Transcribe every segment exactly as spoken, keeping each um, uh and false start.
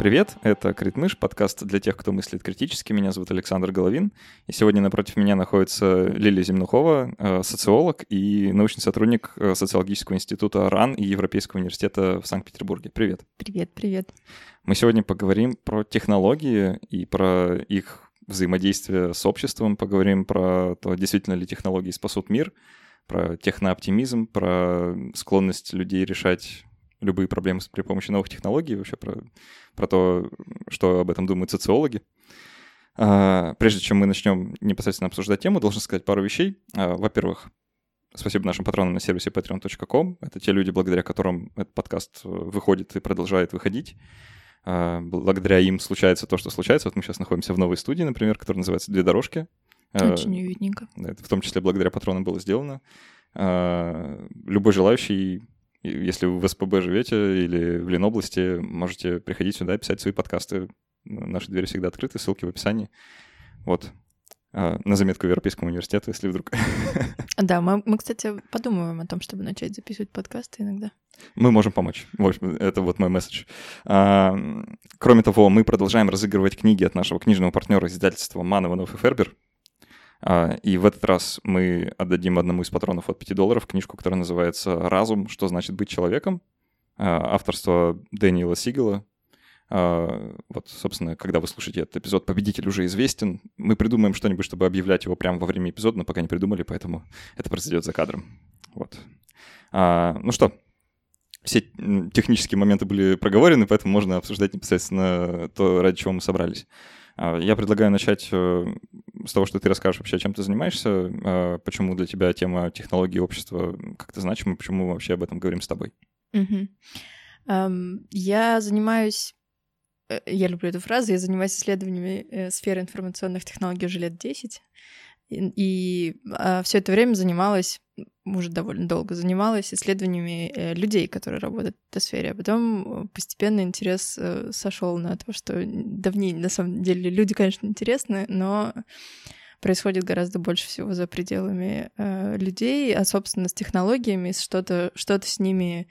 Привет, это Критмыш, подкаст для тех, кто мыслит критически. Меня зовут Александр Головин, и сегодня напротив меня находится Лилия Земнухова, социолог и научный сотрудник социологического института РАН и Европейского университета в Санкт-Петербурге. Привет. Привет, привет. Мы сегодня поговорим про технологии и про их взаимодействие с обществом, поговорим про то, действительно ли технологии спасут мир, про технооптимизм, про склонность людей решать любые проблемы при помощи новых технологий, вообще про, про то, что об этом думают социологи. А, прежде чем мы начнем непосредственно обсуждать тему, должен сказать пару вещей. А, во-первых, спасибо нашим патронам на сервисе patreon точка com. Это те люди, благодаря которым этот подкаст выходит и продолжает выходить. А, благодаря им случается то, что случается. Вот мы сейчас находимся в новой студии, например, которая называется «Две дорожки». Очень а, уютненько. Это в том числе благодаря патронам было сделано. А, любой желающий, если вы в СПБ живете или в Ленобласти, можете приходить сюда и писать свои подкасты. Наши двери всегда открыты, ссылки в описании. Вот. На заметку Европейскому университету, если вдруг. Да, мы, мы, кстати, подумываем о том, чтобы начать записывать подкасты иногда. Мы можем помочь. В общем, это вот мой месседж. А, кроме того, мы продолжаем разыгрывать книги от нашего книжного партнера издательства Ман, Иванов и Фербер. А, и в этот раз мы отдадим одному из патронов от пяти долларов книжку, которая называется «Разум. Что значит быть человеком?». А, авторство Дэниела Сигела. А, вот, собственно, когда вы слушаете этот эпизод, победитель уже известен. Мы придумаем что-нибудь, чтобы объявлять его прямо во время эпизода, но пока не придумали, поэтому это произойдет за кадром. Вот. А, ну что, все технические моменты были проговорены, поэтому можно обсуждать непосредственно то, ради чего мы собрались. Я предлагаю начать с того, что ты расскажешь вообще, чем ты занимаешься, почему для тебя тема технологии общества как-то значима, почему мы вообще об этом говорим с тобой. Угу. Um, я занимаюсь, я люблю эту фразу, я занимаюсь исследованиями сферы информационных технологий уже лет десять, и, и все это время занималась, уже довольно долго занималась исследованиями людей, которые работают в этой сфере, а потом постепенно интерес сошел на то, что давнее, на самом деле, люди, конечно, интересны, но происходит гораздо больше всего за пределами э, людей, а, собственно, с технологиями, что-то, что-то с ними,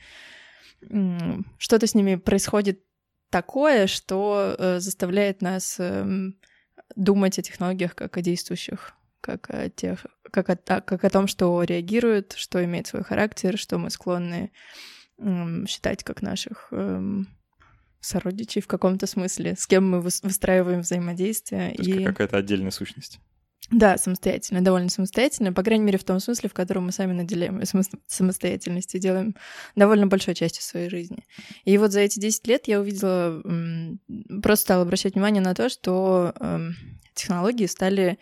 что-то с ними происходит такое, что э, заставляет нас э, думать о технологиях как о действующих, как о тех, как о, как о том, что реагирует, что имеет свой характер, что мы склонны эм, считать как наших эм, сородичей в каком-то смысле, с кем мы выстраиваем взаимодействие. То есть и... какая-то отдельная сущность. Да, самостоятельно, довольно самостоятельно, по крайней мере, в том смысле, в котором мы сами наделяем самостоятельностью, делаем довольно большой частью своей жизни. И вот за эти десять лет я увидела, просто стала обращать внимание на то, что технологии стали...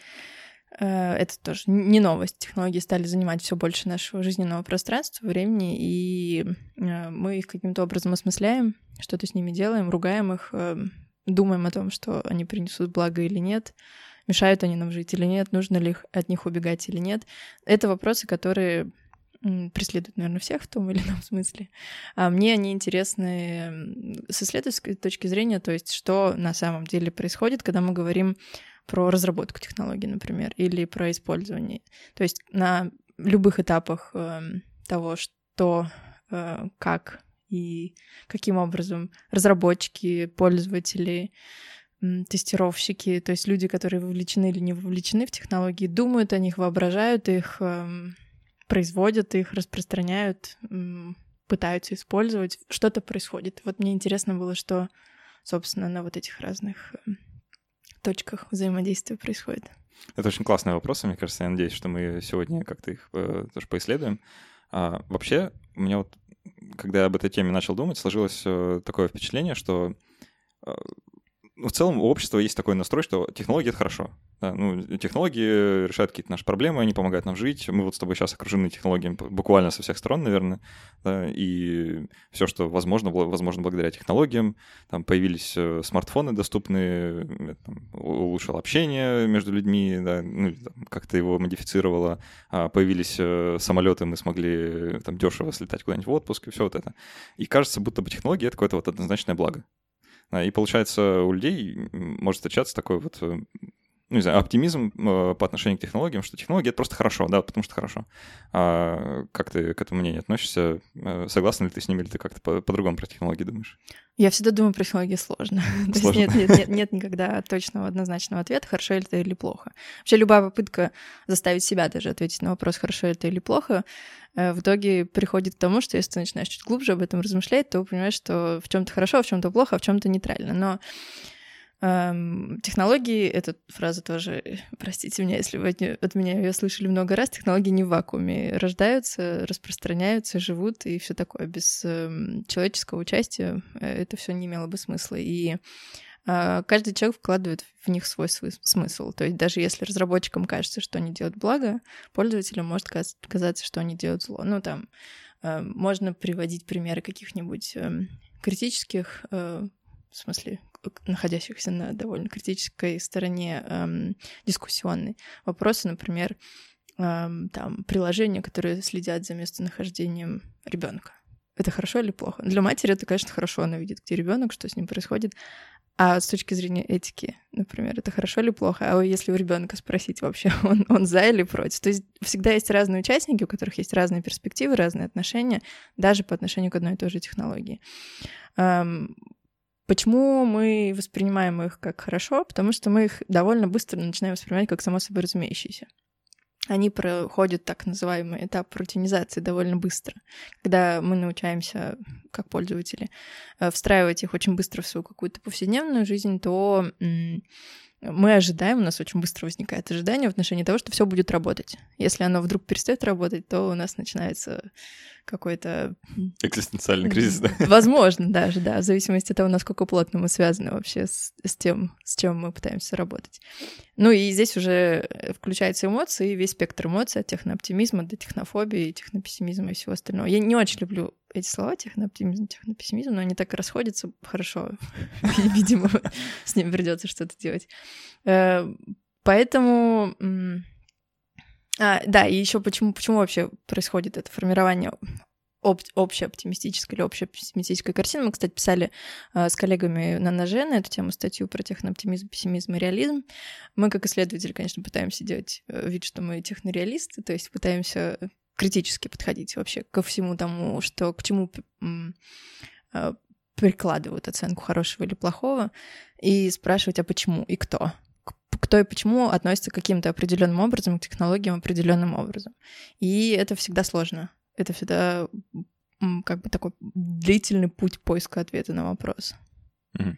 Это тоже не новость. Технологии стали занимать все больше нашего жизненного пространства, времени, и мы их каким-то образом осмысляем, что-то с ними делаем, ругаем их, думаем о том, что они принесут благо или нет, мешают они нам жить или нет, нужно ли от них убегать или нет. Это вопросы, которые преследуют, наверное, всех в том или ином смысле. А мне они интересны с исследовательской точки зрения, то есть что на самом деле происходит, когда мы говорим про разработку технологий, например, или про использование. То есть на любых этапах э, того, что, э, как и каким образом разработчики, пользователи, э, тестировщики, то есть люди, которые вовлечены или не вовлечены в технологии, думают о них, воображают их, э, производят их, распространяют, э, пытаются использовать. Что-то происходит. Вот мне интересно было, что, собственно, на вот этих разных... Э, точках взаимодействия происходит. Это очень классные вопросы, мне кажется. Я надеюсь, что мы сегодня как-то их э, тоже поисследуем. А, вообще, у меня вот, когда я об этой теме начал думать, сложилось э, такое впечатление, что э, в целом у общества есть такой настрой, что технологии — это хорошо. Да, ну, технологии решают какие-то наши проблемы, они помогают нам жить. Мы вот с тобой сейчас окружены технологиями буквально со всех сторон, наверное. Да, и все, что возможно, возможно благодаря технологиям. Там появились смартфоны доступные, там, улучшило общение между людьми, да, ну, как-то его модифицировало. Появились самолеты, мы смогли там дешево слетать куда-нибудь в отпуск, и все вот это. И кажется, будто бы технологии — это какое-то вот однозначное благо. И получается, у людей может встречаться такое вот ну, не знаю, оптимизм э, по отношению к технологиям, что технологии — это просто хорошо, да, потому что хорошо. А как ты к этому мнению относишься? Согласна ли ты с ними, или ты как-то по- по-другому про технологии думаешь? Я всегда думаю, про технологии сложно. То есть нет, нет, нет, нет никогда точного однозначного ответа, хорошо это или плохо. Вообще любая попытка заставить себя даже ответить на вопрос, хорошо это или плохо, в итоге приходит к тому, что если ты начинаешь чуть глубже об этом размышлять, то понимаешь, что в чем-то хорошо, а в чем-то плохо, а в чем-то нейтрально. Но эм, технологии, эта фраза тоже, простите меня, если вы от, не, от меня ее слышали много раз, технологии не в вакууме рождаются, распространяются, живут и все такое. Без эм, человеческого участия это все не имело бы смысла. И э, каждый человек вкладывает в них свой смысл. То есть даже если разработчикам кажется, что они делают благо, пользователям может казаться, что они делают зло. Ну, там э, можно приводить примеры каких-нибудь э, критических, э, в смысле, находящихся на довольно критической стороне эм, дискуссионной вопросы, например, эм, там приложения, которые следят за местонахождением ребенка. Это хорошо или плохо? Для матери это, конечно, хорошо, она видит, где ребенок, что с ним происходит. А с точки зрения этики, например, это хорошо или плохо? А если у ребенка спросить вообще, он, он за или против? То есть всегда есть разные участники, у которых есть разные перспективы, разные отношения, даже по отношению к одной и той же технологии. Эм, Почему мы воспринимаем их как хорошо? Потому что мы их довольно быстро начинаем воспринимать как само собой разумеющиеся. Они проходят так называемый этап рутинизации довольно быстро, когда мы научаемся, как пользователи, встраивать их очень быстро в свою какую-то повседневную жизнь, то мы ожидаем, у нас очень быстро возникает ожидание в отношении того, что все будет работать. Если оно вдруг перестает работать, то у нас начинается какой-то... Экзистенциальный кризис, да? Возможно, даже, да, в зависимости от того, насколько плотно мы связаны вообще с, с тем, с чем мы пытаемся работать. Ну и здесь уже включаются эмоции, весь спектр эмоций, от технооптимизма до технофобии, технопессимизма и всего остального. Я не очень люблю эти слова, технооптимизм, технопессимизм, но они так расходятся хорошо. Видимо, с ними придется что-то делать. Поэтому... А, да, и еще почему, почему вообще происходит это формирование об, общей оптимистической или общей пессимистической картины. Мы, кстати, писали э, с коллегами на ноже на эту тему статью про технооптимизм, пессимизм и реализм. Мы, как исследователи, конечно, пытаемся делать вид, что мы технореалисты, то есть пытаемся критически подходить вообще ко всему тому, что к чему э, прикладывают оценку хорошего или плохого, и спрашивать, а почему и кто. Кто и почему относится каким-то определенным образом к технологиям определенным образом. И это всегда сложно. Это всегда как бы такой длительный путь поиска ответа на вопрос. Mm-hmm.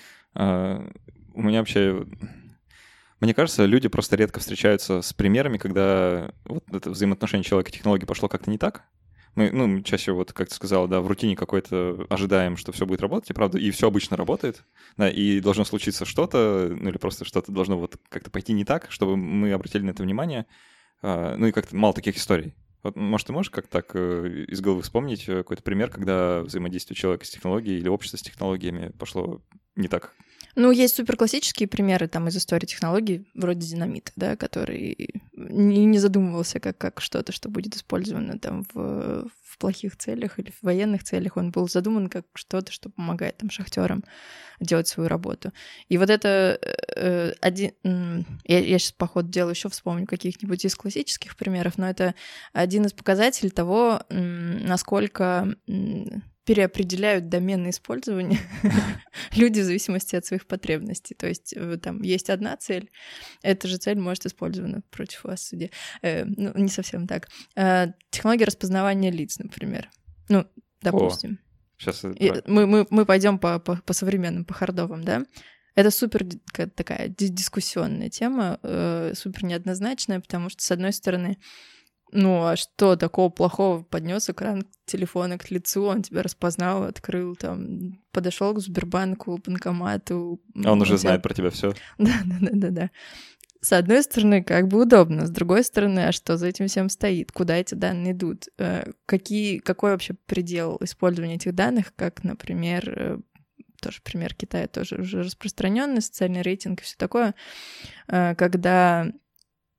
Uh, у меня вообще... Мне кажется, люди просто редко встречаются с примерами, когда вот это взаимоотношение человека и технологии пошло как-то не так. Мы, ну, чаще, вот, как ты сказал, да, в рутине какой-то ожидаем, что все будет работать, и правда, и все обычно работает, да, и должно случиться что-то, ну, или просто что-то должно вот как-то пойти не так, чтобы мы обратили на это внимание, а, ну, и как-то мало таких историй. Вот, может, ты можешь как так э, из головы вспомнить какой-то пример, когда взаимодействие человека с технологией или общество с технологиями пошло не так? Ну, есть суперклассические примеры там из истории технологий, вроде динамита, да, который не, не задумывался как, как что-то, что будет использовано там в, в плохих целях или в военных целях. Он был задуман как что-то, что помогает там шахтерам делать свою работу. И вот это э, один... Я, я сейчас, по ходу дела, еще вспомню каких-нибудь из классических примеров, но это один из показателей того, насколько... переопределяют домены использования люди в зависимости от своих потребностей. То есть там есть одна цель, эта же цель может использована против вас в суде. Э, ну, не совсем так. Э, технология распознавания лиц, например. Ну, допустим. О, сейчас это... мы, мы, мы пойдем по, по, по современным, по хардовым, да? Это супер такая дискуссионная тема, э, супер неоднозначная, потому что, с одной стороны, ну, а что такого плохого? Поднес экран телефона к лицу, он тебя распознал, открыл, там, подошел к Сбербанку, банкомату. А он уже тебя... знает про тебя все. Да, да, да, да, да. С одной стороны, как бы удобно, с другой стороны, а что за этим всем стоит? Куда эти данные идут? Какие, какой вообще предел использования этих данных, как, например, тоже пример Китая, тоже уже распространенный социальный рейтинг и все такое, когда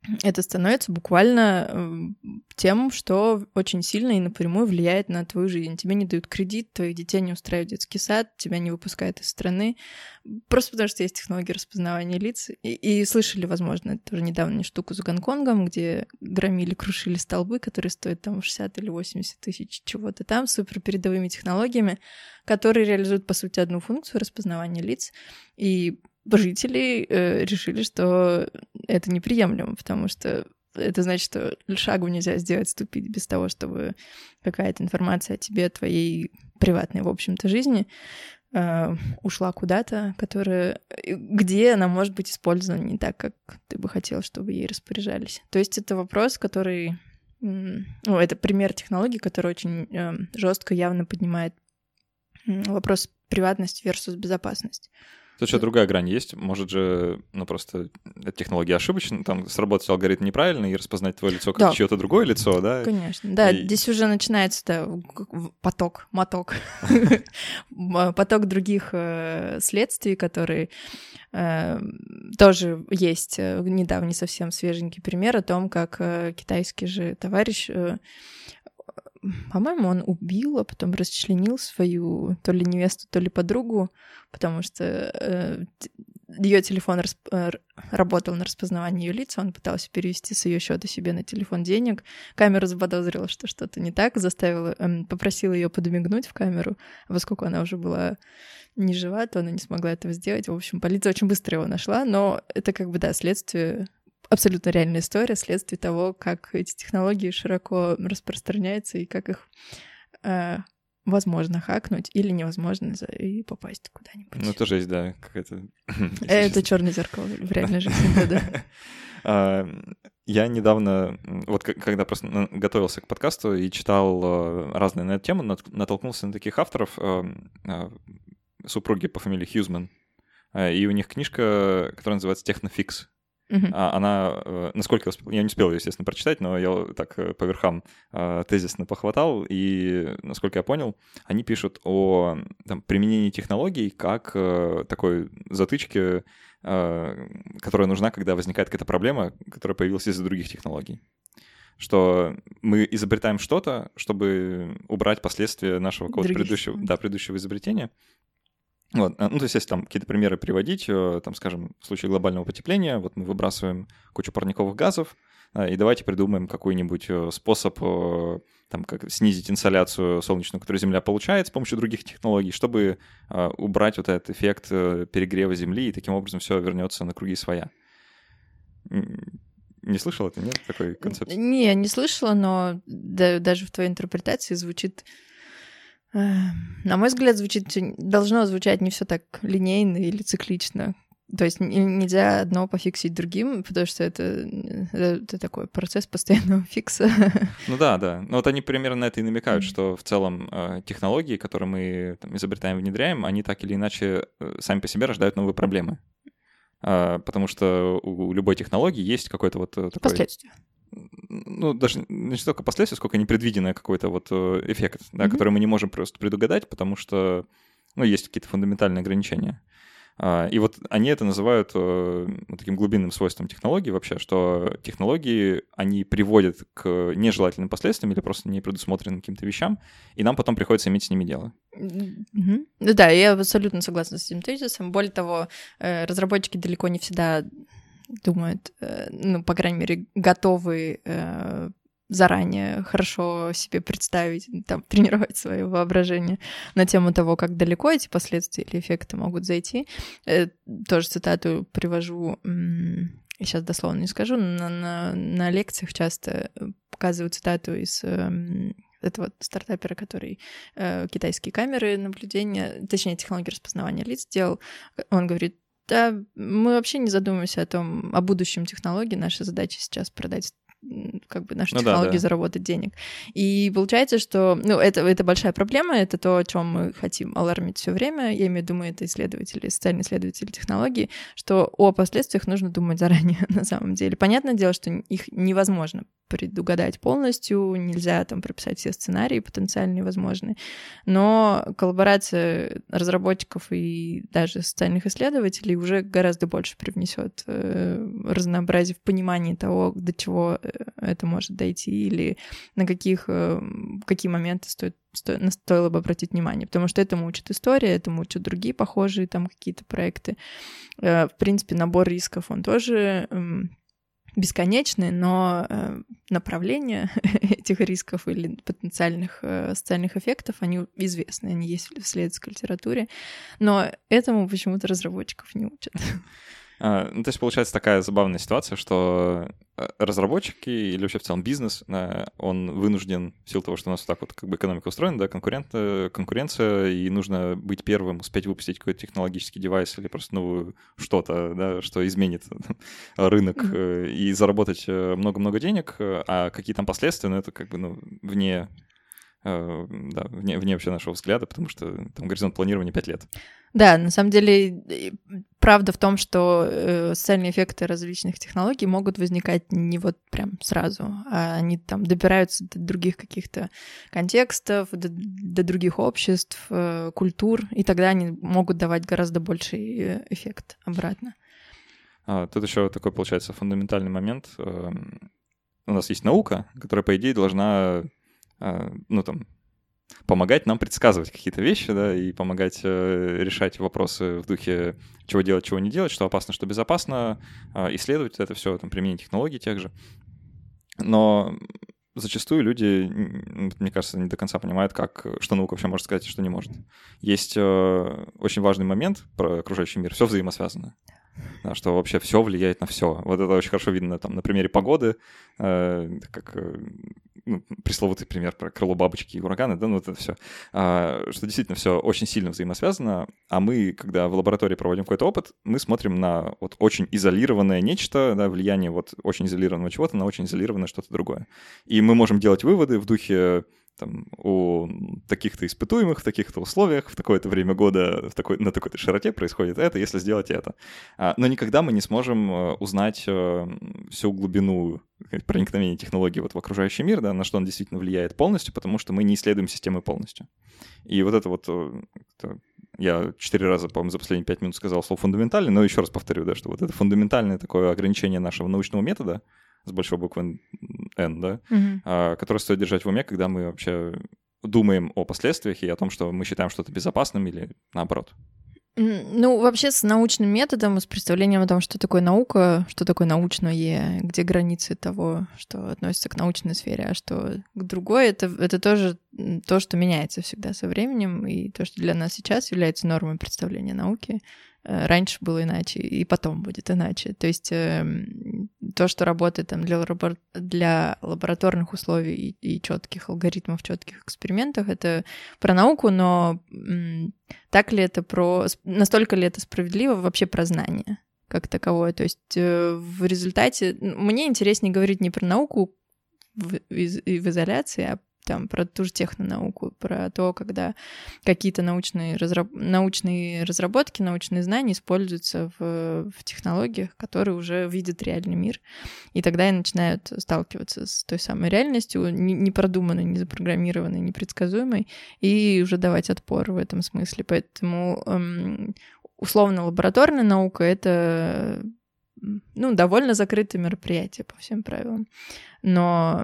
это становится буквально тем, что очень сильно и напрямую влияет на твою жизнь. Тебе не дают кредит, твоих детей не устраивают детский сад, тебя не выпускают из страны, просто потому что есть технологии распознавания лиц. И, и слышали, возможно, тоже недавно штуку с Гонконгом, где громили, крушили столбы, которые стоят там шестьдесят или восемьдесят тысяч чего-то там, супер передовыми технологиями, которые реализуют, по сути, одну функцию распознавания лиц. И жители э, решили, что это неприемлемо, потому что это значит, что шагу нельзя сделать, ступить без того, чтобы какая-то информация о тебе, твоей приватной, в общем-то, жизни э, ушла куда-то, которая, где она может быть использована не так, как ты бы хотел, чтобы ей распоряжались. То есть это вопрос, который... Ну, это пример технологии, который очень э, жестко, явно поднимает вопрос приватности versus безопасность. Тут еще другая грань есть. Может же, ну, просто эта технология ошибочна, там сработать алгоритм неправильно и распознать твое лицо как да. чье-то другое лицо, да? Конечно. Да, и... здесь уже начинается да, поток, моток, поток других э, следствий, которые э, тоже есть недавний совсем свеженький пример о том, как э, китайский же товарищ... Э, по-моему, он убил, а потом расчленил свою то ли невесту, то ли подругу, потому что э, ее телефон расп... работал на распознавание ее лица, он пытался перевести с ее счета себе на телефон денег. Камера заподозрила, что что-то не так, заставила, э, попросила ее подмигнуть в камеру, а поскольку она уже была не жива, то она не смогла этого сделать. В общем, полиция очень быстро его нашла, но это как бы, да, следствие... Абсолютно реальная история, следствие того, как эти технологии широко распространяются и как их э, возможно хакнуть или невозможно и попасть куда-нибудь. Ну, тоже есть, да, какая-то... Это черное зеркало в реальной жизни, да-да. Я недавно, вот когда просто готовился к подкасту и читал разные на эту тему, натолкнулся на таких авторов, супруги по фамилии Хьюзман, и у них книжка, которая называется «Технофикс». Uh-huh. Она, насколько я успел, я не успел ее, естественно, прочитать, но я так по верхам тезисно похватал, и, насколько я понял, они пишут о там, применении технологий как такой затычки, которая нужна, когда возникает какая-то проблема, которая появилась из-за других технологий. Что мы изобретаем что-то, чтобы убрать последствия нашего какого-то предыдущего, да, предыдущего изобретения. Вот. Ну, то есть, если там какие-то примеры приводить, там, скажем, в случае глобального потепления, вот мы выбрасываем кучу парниковых газов, и давайте придумаем какой-нибудь способ там, как снизить инсоляцию солнечную, которую Земля получает с помощью других технологий, чтобы убрать вот этот эффект перегрева Земли, и таким образом все вернется на круги своя. Не слышал это, нет, такой концепции? Не, не слышала, но да, даже в твоей интерпретации звучит... На мой взгляд, звучит, должно звучать не все так линейно или циклично. То есть нельзя одно пофиксить другим, потому что это, это такой процесс постоянного фикса. Ну да, да. Но вот они примерно на это и намекают, mm-hmm. что в целом технологии, которые мы там, изобретаем, внедряем, они так или иначе сами по себе рождают новые проблемы. Потому что у любой технологии есть какой-то вот такой... Последствия. Ну, даже не столько последствия, сколько непредвиденный какой-то вот эффект, да, mm-hmm. который мы не можем просто предугадать, потому что, ну, есть какие-то фундаментальные ограничения. И вот они это называют ну, таким глубинным свойством технологий вообще, что технологии, они приводят к нежелательным последствиям или просто непредусмотренным каким-то вещам, и нам потом приходится иметь с ними дело. Mm-hmm. Да, я абсолютно согласна с этим тезисом. Более того, разработчики далеко не всегда... думают, ну, по крайней мере, готовы э, заранее хорошо себе представить, там, тренировать свое воображение на тему того, как далеко эти последствия или эффекты могут зайти. Э, тоже цитату привожу, м- я сейчас дословно не скажу, на, на, на лекциях часто показываю цитату из... Э, этого стартапера, который э, китайские камеры наблюдения, точнее, технологии распознавания лиц делал. Он говорит, да, мы вообще не задумываемся о том, о будущем технологии. Наша задача сейчас продать как бы нашу ну, технологию да, да. заработать денег. И получается, что ну, это, это большая проблема, это то, о чем мы хотим алармить все время. Я имею в виду, это исследователи, социальные исследователи технологий, что о последствиях нужно думать заранее на самом деле. Понятное дело, что их невозможно предугадать полностью, нельзя там прописать все сценарии потенциальные возможные, но коллаборация разработчиков и даже социальных исследователей уже гораздо больше привнесет э, разнообразие в понимании того, до чего это может дойти или на каких, э, какие моменты стоит, сто, стоило бы обратить внимание, потому что этому учит история, этому учат другие похожие там какие-то проекты. Э, в принципе, набор рисков, он тоже... Э, бесконечные, но э, направления этих рисков или потенциальных э, социальных эффектов, они известны, они есть в исследовательской литературе, но этому почему-то разработчиков не учат. А, ну, то есть получается такая забавная ситуация, что разработчики или вообще в целом бизнес, он вынужден, в силу того, что у нас вот так вот как бы экономика устроена, да, конкурент, конкуренция, и нужно быть первым, успеть выпустить какой-то технологический девайс или просто новую что-то, да, что изменит рынок, mm-hmm. и заработать много-много денег, а какие там последствия, ну, это как бы, ну, вне... да, вне, вне вообще нашего взгляда, потому что там горизонт планирования пять лет. Да, на самом деле, правда в том, что э, социальные эффекты различных технологий могут возникать не вот прям сразу, а они там добираются до других каких-то контекстов, до, до других обществ, э, культур, и тогда они могут давать гораздо больший эффект обратно. А, тут еще такой, получается, фундаментальный момент. У нас есть наука, которая, по идее, должна... ну, там, помогать нам предсказывать какие-то вещи, да, и помогать э, решать вопросы в духе, чего делать, чего не делать, что опасно, что безопасно, э, исследовать это все, там, применение технологий тех же. Но зачастую люди, мне кажется, не до конца понимают, как, что наука вообще может сказать, и что не может. Есть э, очень важный момент про окружающий мир, все взаимосвязано. Да, что вообще все влияет на все. Вот это очень хорошо видно там на примере погоды, э, как э, ну, пресловутый пример про крыло бабочки и ураганы, да, ну вот это все. А, что действительно все очень сильно взаимосвязано, а мы, когда в лаборатории проводим какой-то опыт, мы смотрим на вот очень изолированное нечто, да, влияние вот очень изолированного чего-то на очень изолированное что-то другое. И мы можем делать выводы в духе там, у таких-то испытуемых, в таких-то условиях, в такое-то время года, в такой, на такой-то широте происходит это, если сделать это. Но никогда мы не сможем узнать всю глубину проникновения технологий вот в окружающий мир, да, на что он действительно влияет полностью, потому что мы не исследуем системы полностью. И вот это вот... Это, я четыре раза, по-моему, за последние пять минут сказал слово «фундаментальный», но еще раз повторю, да, что вот это фундаментальное такое ограничение нашего научного метода, с большой буквы N, да, mm-hmm. а, который стоит держать в уме, когда мы вообще думаем о последствиях и о том, что мы считаем что-то безопасным или наоборот. Ну, вообще с научным методом, с представлением о том, что такое наука, что такое научное, где границы того, что относится к научной сфере, а что к другой, это, это тоже то, что меняется всегда со временем, и то, что для нас сейчас является нормой представления науки. Раньше было иначе, и потом будет иначе. То есть э, то, что работает там, для, лабор... для лабораторных условий и, и четких алгоритмов, четких экспериментов, это про науку, но м, так ли это про... Настолько ли это справедливо вообще про знание как таковое? То есть э, в результате... Мне интереснее говорить не про науку в, из, в изоляции, а там, про ту же технонауку, про то, когда какие-то научные, разраб... научные разработки, научные знания используются в... в технологиях, которые уже видят реальный мир. И тогда и начинают сталкиваться с той самой реальностью, не продуманной, не запрограммированной, непредсказуемой, и уже давать отпор в этом смысле. Поэтому эм, условно лабораторная наука — это... ну, довольно закрытое мероприятие по всем правилам. Но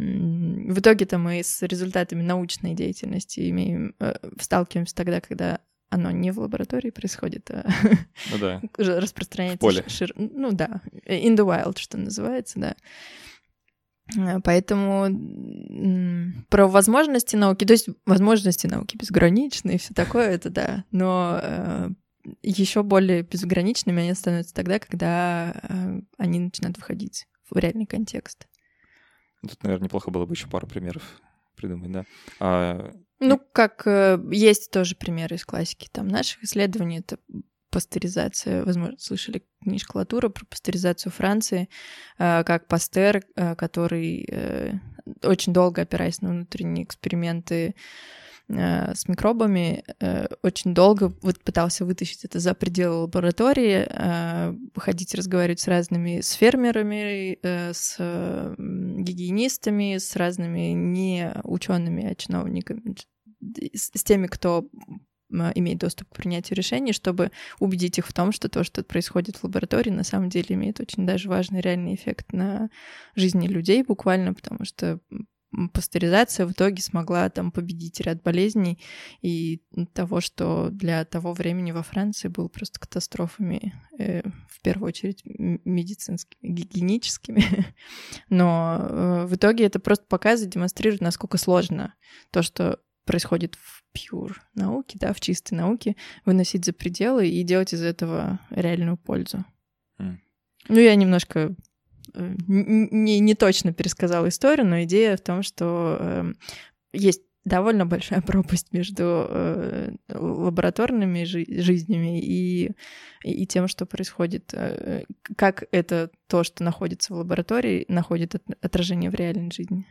в итоге-то мы с результатами научной деятельности имеем, сталкиваемся тогда, когда оно не в лаборатории происходит, а ну, да. распространяется широко. Ну да, in the wild, что называется, да. Поэтому про возможности науки, то есть возможности науки безграничны и все такое, это да, но еще более безграничными они становятся тогда, когда они начинают выходить в реальный контекст. Тут, наверное, неплохо было бы еще пару примеров придумать, да. А... Ну, как есть тоже примеры из классики там наших исследований, это пастеризация, возможно, слышали книжку Латура про пастеризацию Франции, как Пастер, который, очень долго опираясь на внутренние эксперименты с микробами, очень долго вот пытался вытащить это за пределы лаборатории, ходить разговаривать с разными с фермерами, с гигиенистами, с разными не учеными, а чиновниками, с теми, кто имеет доступ к принятию решений, чтобы убедить их в том, что то, что происходит в лаборатории, на самом деле имеет очень даже важный реальный эффект на жизни людей буквально, потому что пастеризация в итоге смогла там победить ряд болезней и того, что для того времени во Франции было просто катастрофами, э, в первую очередь медицинскими, гигиеническими. Но э, в итоге это просто показывает, демонстрирует, насколько сложно то, что происходит в pure науке, да, в чистой науке, выносить за пределы и делать из этого реальную пользу. Mm. Ну, я немножко э, не, не точно пересказала историю, но идея в том, что э, есть довольно большая пропасть между э, лабораторными жи- жизнями и, и тем, что происходит, э, как это то, что находится в лаборатории, находит от, отражение в реальной жизни.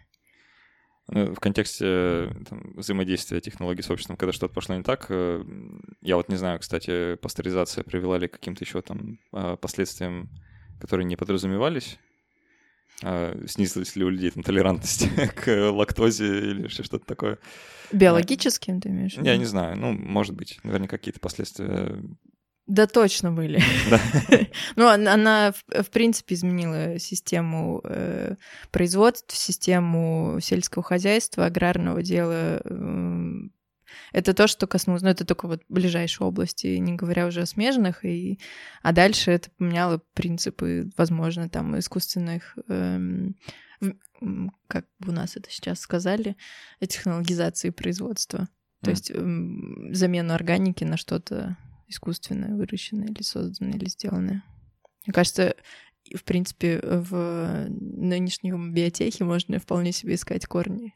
В контексте там, взаимодействия технологий с обществом, когда что-то пошло не так, я вот не знаю, кстати, пастеризация привела ли к каким-то еще там последствиям, которые не подразумевались. Снизилась ли у людей там толерантность к лактозе или что-то такое? Биологическим, ты имеешь в виду? Я не знаю, ну, может быть, наверное, какие-то последствия. Да, точно были. Ну, она, в принципе, изменила систему производств, систему сельского хозяйства, аграрного дела. Это то, что коснулось, ну, это только вот ближайшие области, не говоря уже о смежных, и, а дальше это поменяло принципы, возможно, там, искусственных, эм, как бы у нас это сейчас сказали, технологизации производства. То mm. есть эм, замену органики на что-то искусственное, выращенное или созданное, или сделанное. Мне кажется, в принципе, в нынешнем биотехе можно вполне себе искать корни.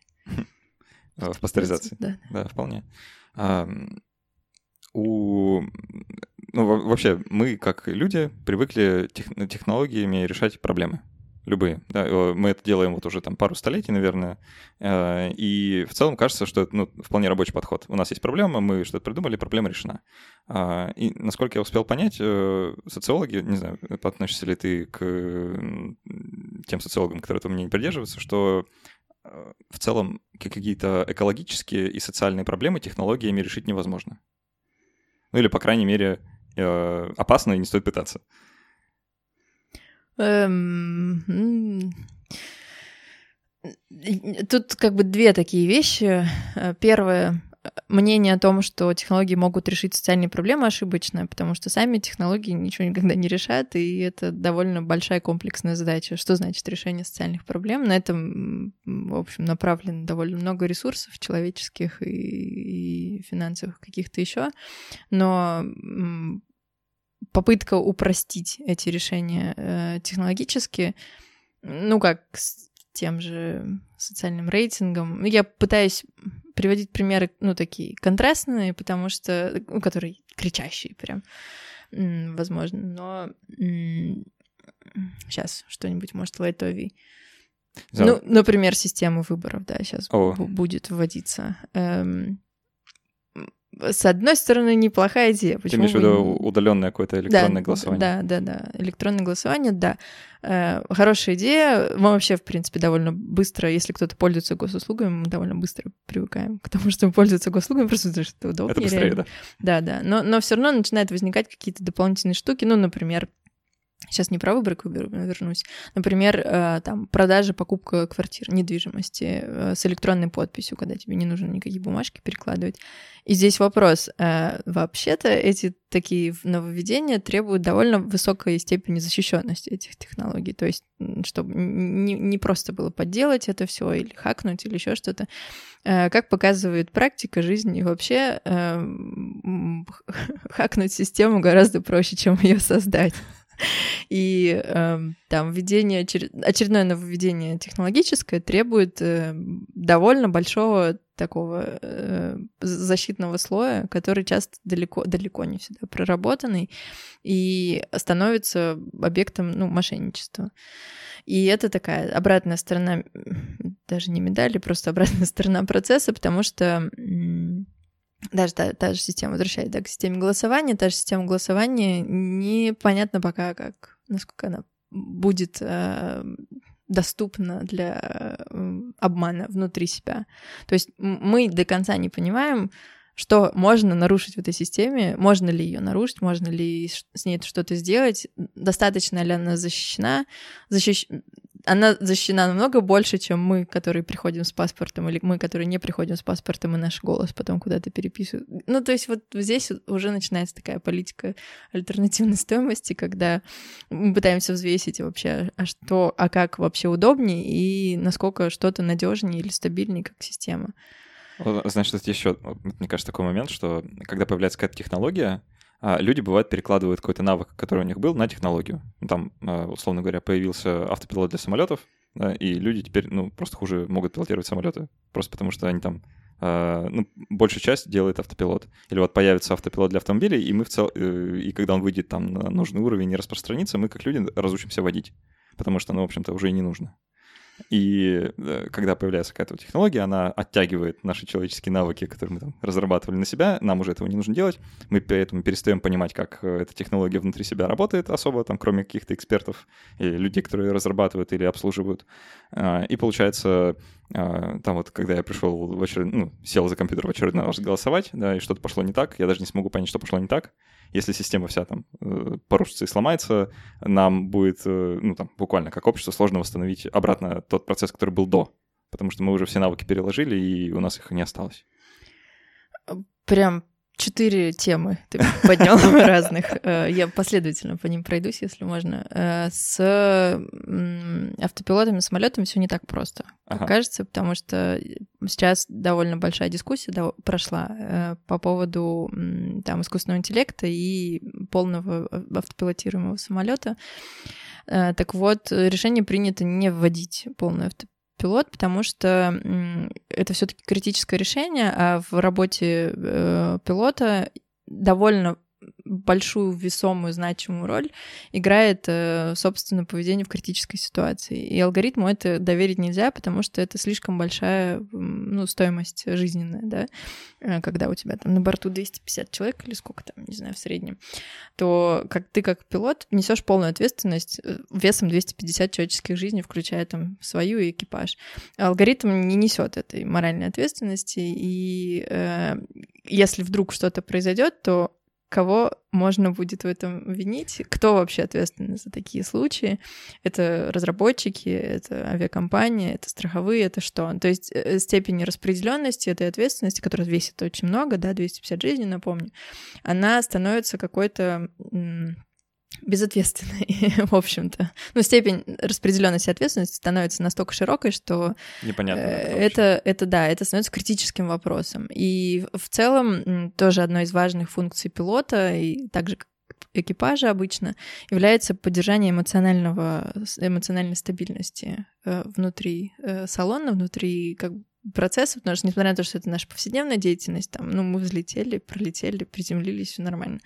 В пастеризации? Да. Да, вполне. А, у... Ну, вообще, мы, как люди, привыкли тех... технологиями решать проблемы. Любые. Да, мы это делаем вот уже там пару столетий, наверное. И в целом кажется, что это ну, вполне рабочий подход. У нас есть проблема, мы что-то придумали, проблема решена. И насколько я успел понять, социологи, не знаю, относишься ли ты к тем социологам, которые этого мнения придерживаются, что в целом какие-то экологические и социальные проблемы технологиями решить невозможно. Ну или, по крайней мере, опасно и не стоит пытаться. Эм... Тут как бы две такие вещи. Первое, мнение о том, что технологии могут решить социальные проблемы, ошибочное, потому что сами технологии ничего никогда не решат, и это довольно большая комплексная задача. Что значит решение социальных проблем? На этом, в общем, направлено довольно много ресурсов человеческих и, и финансовых каких-то еще, но попытка упростить эти решения э, технологически, ну, как с тем же социальным рейтингом. Я пытаюсь приводить примеры, ну, такие контрастные, потому что, ну, которые кричащие прям, возможно, но сейчас что-нибудь, может, лайтовей. За... Ну, например, система выборов, да, сейчас О. будет вводиться. Эм... С одной стороны, неплохая идея. Почему Ты имеешь в виду не... удаленное какое-то электронное да, голосование? Да, да, да. Электронное голосование, да. Э, хорошая идея. Мы вообще, в принципе, довольно быстро, если кто-то пользуется госуслугами, мы довольно быстро привыкаем к тому, что пользуются госуслугами, просто потому что это удобнее. Это быстрее, реально. да? Да, да. Но, но все равно начинают возникать какие-то дополнительные штуки. Ну, например, сейчас не про выборы вернусь. Например, там, продажа, покупка квартир, недвижимости с электронной подписью, когда тебе не нужно никакие бумажки перекладывать. И здесь вопрос. Вообще-то эти такие нововведения требуют довольно высокой степени защищенности этих технологий. То есть, чтобы не, не просто было подделать это все или хакнуть, или еще что-то. Как показывает практика жизни, вообще хакнуть систему гораздо проще, чем ее создать. И э, там введение, очередное нововведение технологическое требует э, довольно большого такого э, защитного слоя, который часто далеко, далеко не всегда проработанный и становится объектом, ну, мошенничества. И это такая обратная сторона, даже не медали, просто обратная сторона процесса, потому что даже та, та же система, возвращаясь да, к системе голосования, та же система голосования непонятно пока, как, насколько она будет э, доступна для э, обмана внутри себя. То есть мы до конца не понимаем, что можно нарушить в этой системе, можно ли ее нарушить, можно ли с ней что-то сделать, достаточно ли она защищена, защищ... Она защищена намного больше, чем мы, которые приходим с паспортом, или мы, которые не приходим с паспортом, и наш голос потом куда-то переписывают. Ну, то есть вот здесь уже начинается такая политика альтернативной стоимости, когда мы пытаемся взвесить вообще, а что, а как вообще удобнее, и насколько что-то надежнее или стабильнее как система. Значит, это еще, мне кажется, такой момент, что когда появляется какая-то технология, люди, бывает, перекладывают какой-то навык, который у них был, на технологию. Там, условно говоря, появился автопилот для самолетов, да, и люди теперь, ну, просто хуже могут пилотировать самолеты, просто потому что они там, ну, большую часть делает автопилот. Или вот появится автопилот для автомобилей, и мы в цел... и когда он выйдет там на нужный уровень и распространится, мы, как люди, разучимся водить, потому что, ну, в общем-то, уже и не нужно. И когда появляется какая-то технология, она оттягивает наши человеческие навыки, которые мы там разрабатывали на себя, нам уже этого не нужно делать, мы поэтому перестаем понимать, как эта технология внутри себя работает особо, там, кроме каких-то экспертов и людей, которые разрабатывают или обслуживают. И получается, там вот, когда я пришел в очеред... ну, сел за компьютер в очередной раз голосовать, да, и что-то пошло не так, я даже не смогу понять, что пошло не так. Если система вся там порушится и сломается, нам будет, ну, там, буквально как общество сложно восстановить обратно тот процесс, который был до, потому что мы уже все навыки переложили, и у нас их не осталось. Прям четыре темы ты поднял разных. Я последовательно по ним пройдусь, если можно. С автопилотами, самолетами все не так просто, как ага. кажется, потому что сейчас довольно большая дискуссия прошла по поводу там, искусственного интеллекта и полного автопилотируемого самолета. Так вот, решение принято не вводить полный автопилот, пилот, потому что это все-таки критическое решение, а в работе э, пилота довольно большую, весомую, значимую роль играет, э, собственно, поведение в критической ситуации. И алгоритму это доверить нельзя, потому что это слишком большая, ну, стоимость жизненная, да, когда у тебя там на борту двести пятьдесят человек или сколько там, не знаю, в среднем, то как ты как пилот несешь полную ответственность весом двести пятьдесят человеческих жизней, включая там свою и экипаж. Алгоритм не несет этой моральной ответственности, и э, если вдруг что-то произойдет, то кого можно будет в этом винить? Кто вообще ответственен за такие случаи? Это разработчики, это авиакомпании, это страховые, это что? То есть степень распределенности этой ответственности, которая весит очень много, да, двести пятьдесят жизней, напомню, она становится какой-то безответственной, в общем-то. Ну, степень распределенности ответственности становится настолько широкой, что непонятно. Это, это, да, это становится критическим вопросом. И в целом тоже одной из важных функций пилота, и также экипажа обычно, является поддержание эмоционального, эмоциональной стабильности внутри салона, внутри как процессов, потому что, несмотря на то, что это наша повседневная деятельность, там, ну, мы взлетели, пролетели, приземлились, все нормально.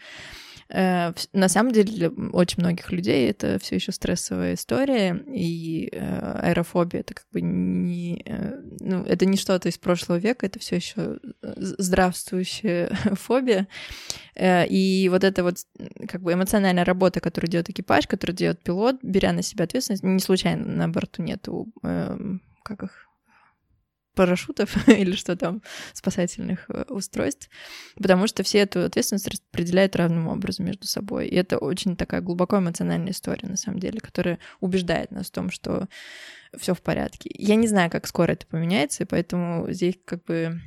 На самом деле для очень многих людей это все еще стрессовая история, и аэрофобия это как бы не, ну, это не что-то из прошлого века, это все еще здравствующая фобия. И вот эта вот как бы эмоциональная работа, которую делает экипаж, которую делает пилот, беря на себя ответственность, не случайно на борту нету, как их, парашютов или что там, спасательных устройств, потому что все эту ответственность распределяют равным образом между собой. И это очень такая глубоко эмоциональная история, на самом деле, которая убеждает нас в том, что все в порядке. Я не знаю, как скоро это поменяется, и поэтому здесь как бы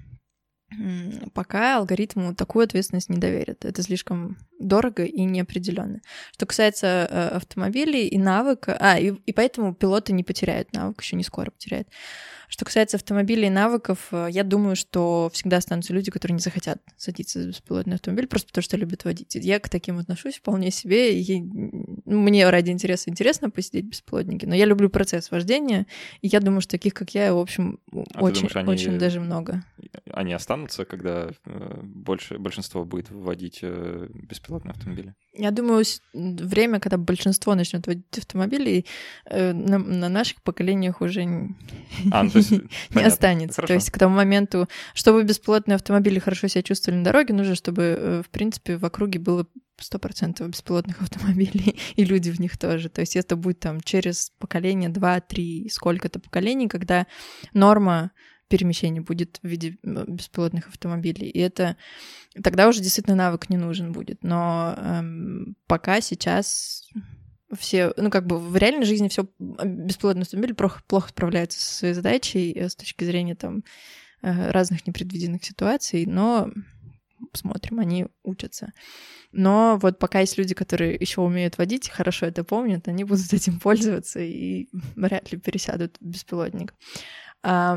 пока алгоритму такую ответственность не доверят. Это слишком дорого и неопределенно. Что касается э, автомобилей и навыка... А, и, и поэтому пилоты не потеряют навык, еще не скоро потеряют. Что касается автомобилей и навыков, я думаю, что всегда останутся люди, которые не захотят садиться за беспилотный автомобиль просто потому, что любят водить. Я к таким отношусь вполне себе. И мне ради интереса интересно посидеть в беспилотнике, но я люблю процесс вождения, и я думаю, что таких, как я, в общем, а очень, думаешь, они, очень даже много. Они останутся, когда больше, большинство будет вводить беспилотные автомобили? Я думаю, время, когда большинство начнет водить автомобили, на, на наших поколениях уже не, а, ну, есть, не останется. Хорошо. То есть к тому моменту, чтобы беспилотные автомобили хорошо себя чувствовали на дороге, нужно, чтобы, в принципе, в округе было сто процентов беспилотных автомобилей, и люди в них тоже. То есть это будет там через поколение, два, три, сколько-то поколений, когда норма перемещения будет в виде беспилотных автомобилей. И это тогда уже действительно навык не нужен будет. Но эм, пока сейчас все, ну как бы в реальной жизни все беспилотные автомобили плохо, плохо справляются со своей задачей с точки зрения там разных непредвиденных ситуаций, но посмотрим, они учатся. Но вот пока есть люди, которые еще умеют водить, хорошо это помнят, они будут этим пользоваться и вряд ли пересядут в беспилотник. О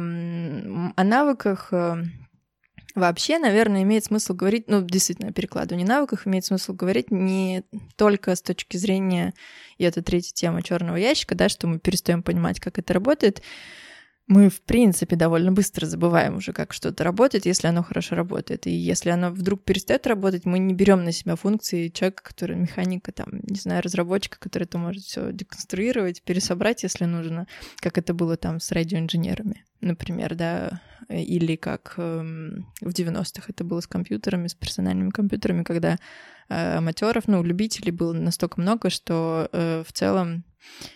навыках вообще, наверное, имеет смысл говорить, ну, действительно, о перекладывании навыков имеет смысл говорить не только с точки зрения, и это третья тема черного ящика, да, что мы перестаем понимать, как это работает. Мы, в принципе, довольно быстро забываем уже, как что-то работает, если оно хорошо работает. И если оно вдруг перестает работать, мы не берем на себя функции человека, который механика, там, не знаю, разработчика, который это может все деконструировать, пересобрать, если нужно, как это было там с радиоинженерами, например, да, или как эм, в девяностых это было с компьютерами, с персональными компьютерами, когда э, аматеров, ну, любителей было настолько много, что э, в целом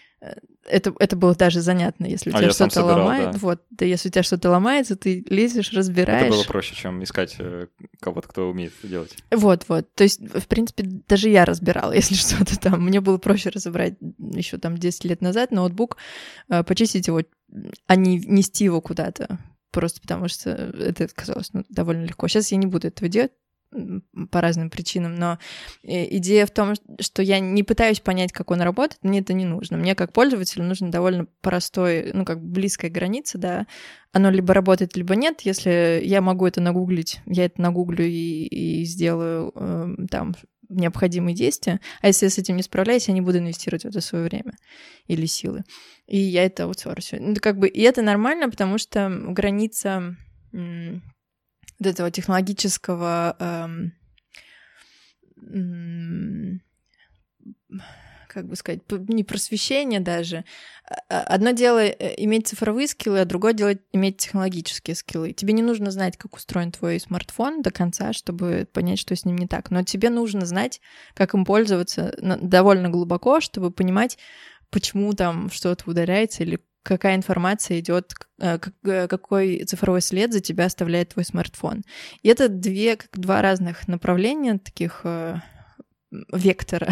Это, это было даже занятно, если у тебя а что-то ломается. Да. Вот, да, если у тебя что-то ломается, ты лезешь, разбираешь. Это было проще, чем искать кого-то, кто умеет это делать. Вот, вот. То есть, в принципе, даже я разбирала, если что-то там. Мне было проще разобрать еще там десять лет назад ноутбук, почистить его, а не нести его куда-то. Просто потому что это казалось ну, довольно легко. Сейчас я не буду этого делать по разным причинам, но идея в том, что я не пытаюсь понять, как он работает, мне это не нужно. Мне как пользователю нужно довольно простой, ну, как близкая граница, да, оно либо работает, либо нет. Если я могу это нагуглить, я это нагуглю и, и сделаю э, там необходимые действия, а если я с этим не справляюсь, я не буду инвестировать в это свое время или силы. И я это аутсорсю. Ну, как бы, и это нормально, потому что граница м- вот этого технологического эм, эм, как бы сказать, не просвещения даже. Одно дело иметь цифровые скиллы, а другое дело иметь технологические скиллы. Тебе не нужно знать, как устроен твой смартфон до конца, чтобы понять, что с ним не так. Но тебе нужно знать, как им пользоваться довольно глубоко, чтобы понимать, почему там что-то удаляется или какая информация идет, какой цифровой след за тебя оставляет твой смартфон. И это две, как два разных направления, таких вектора.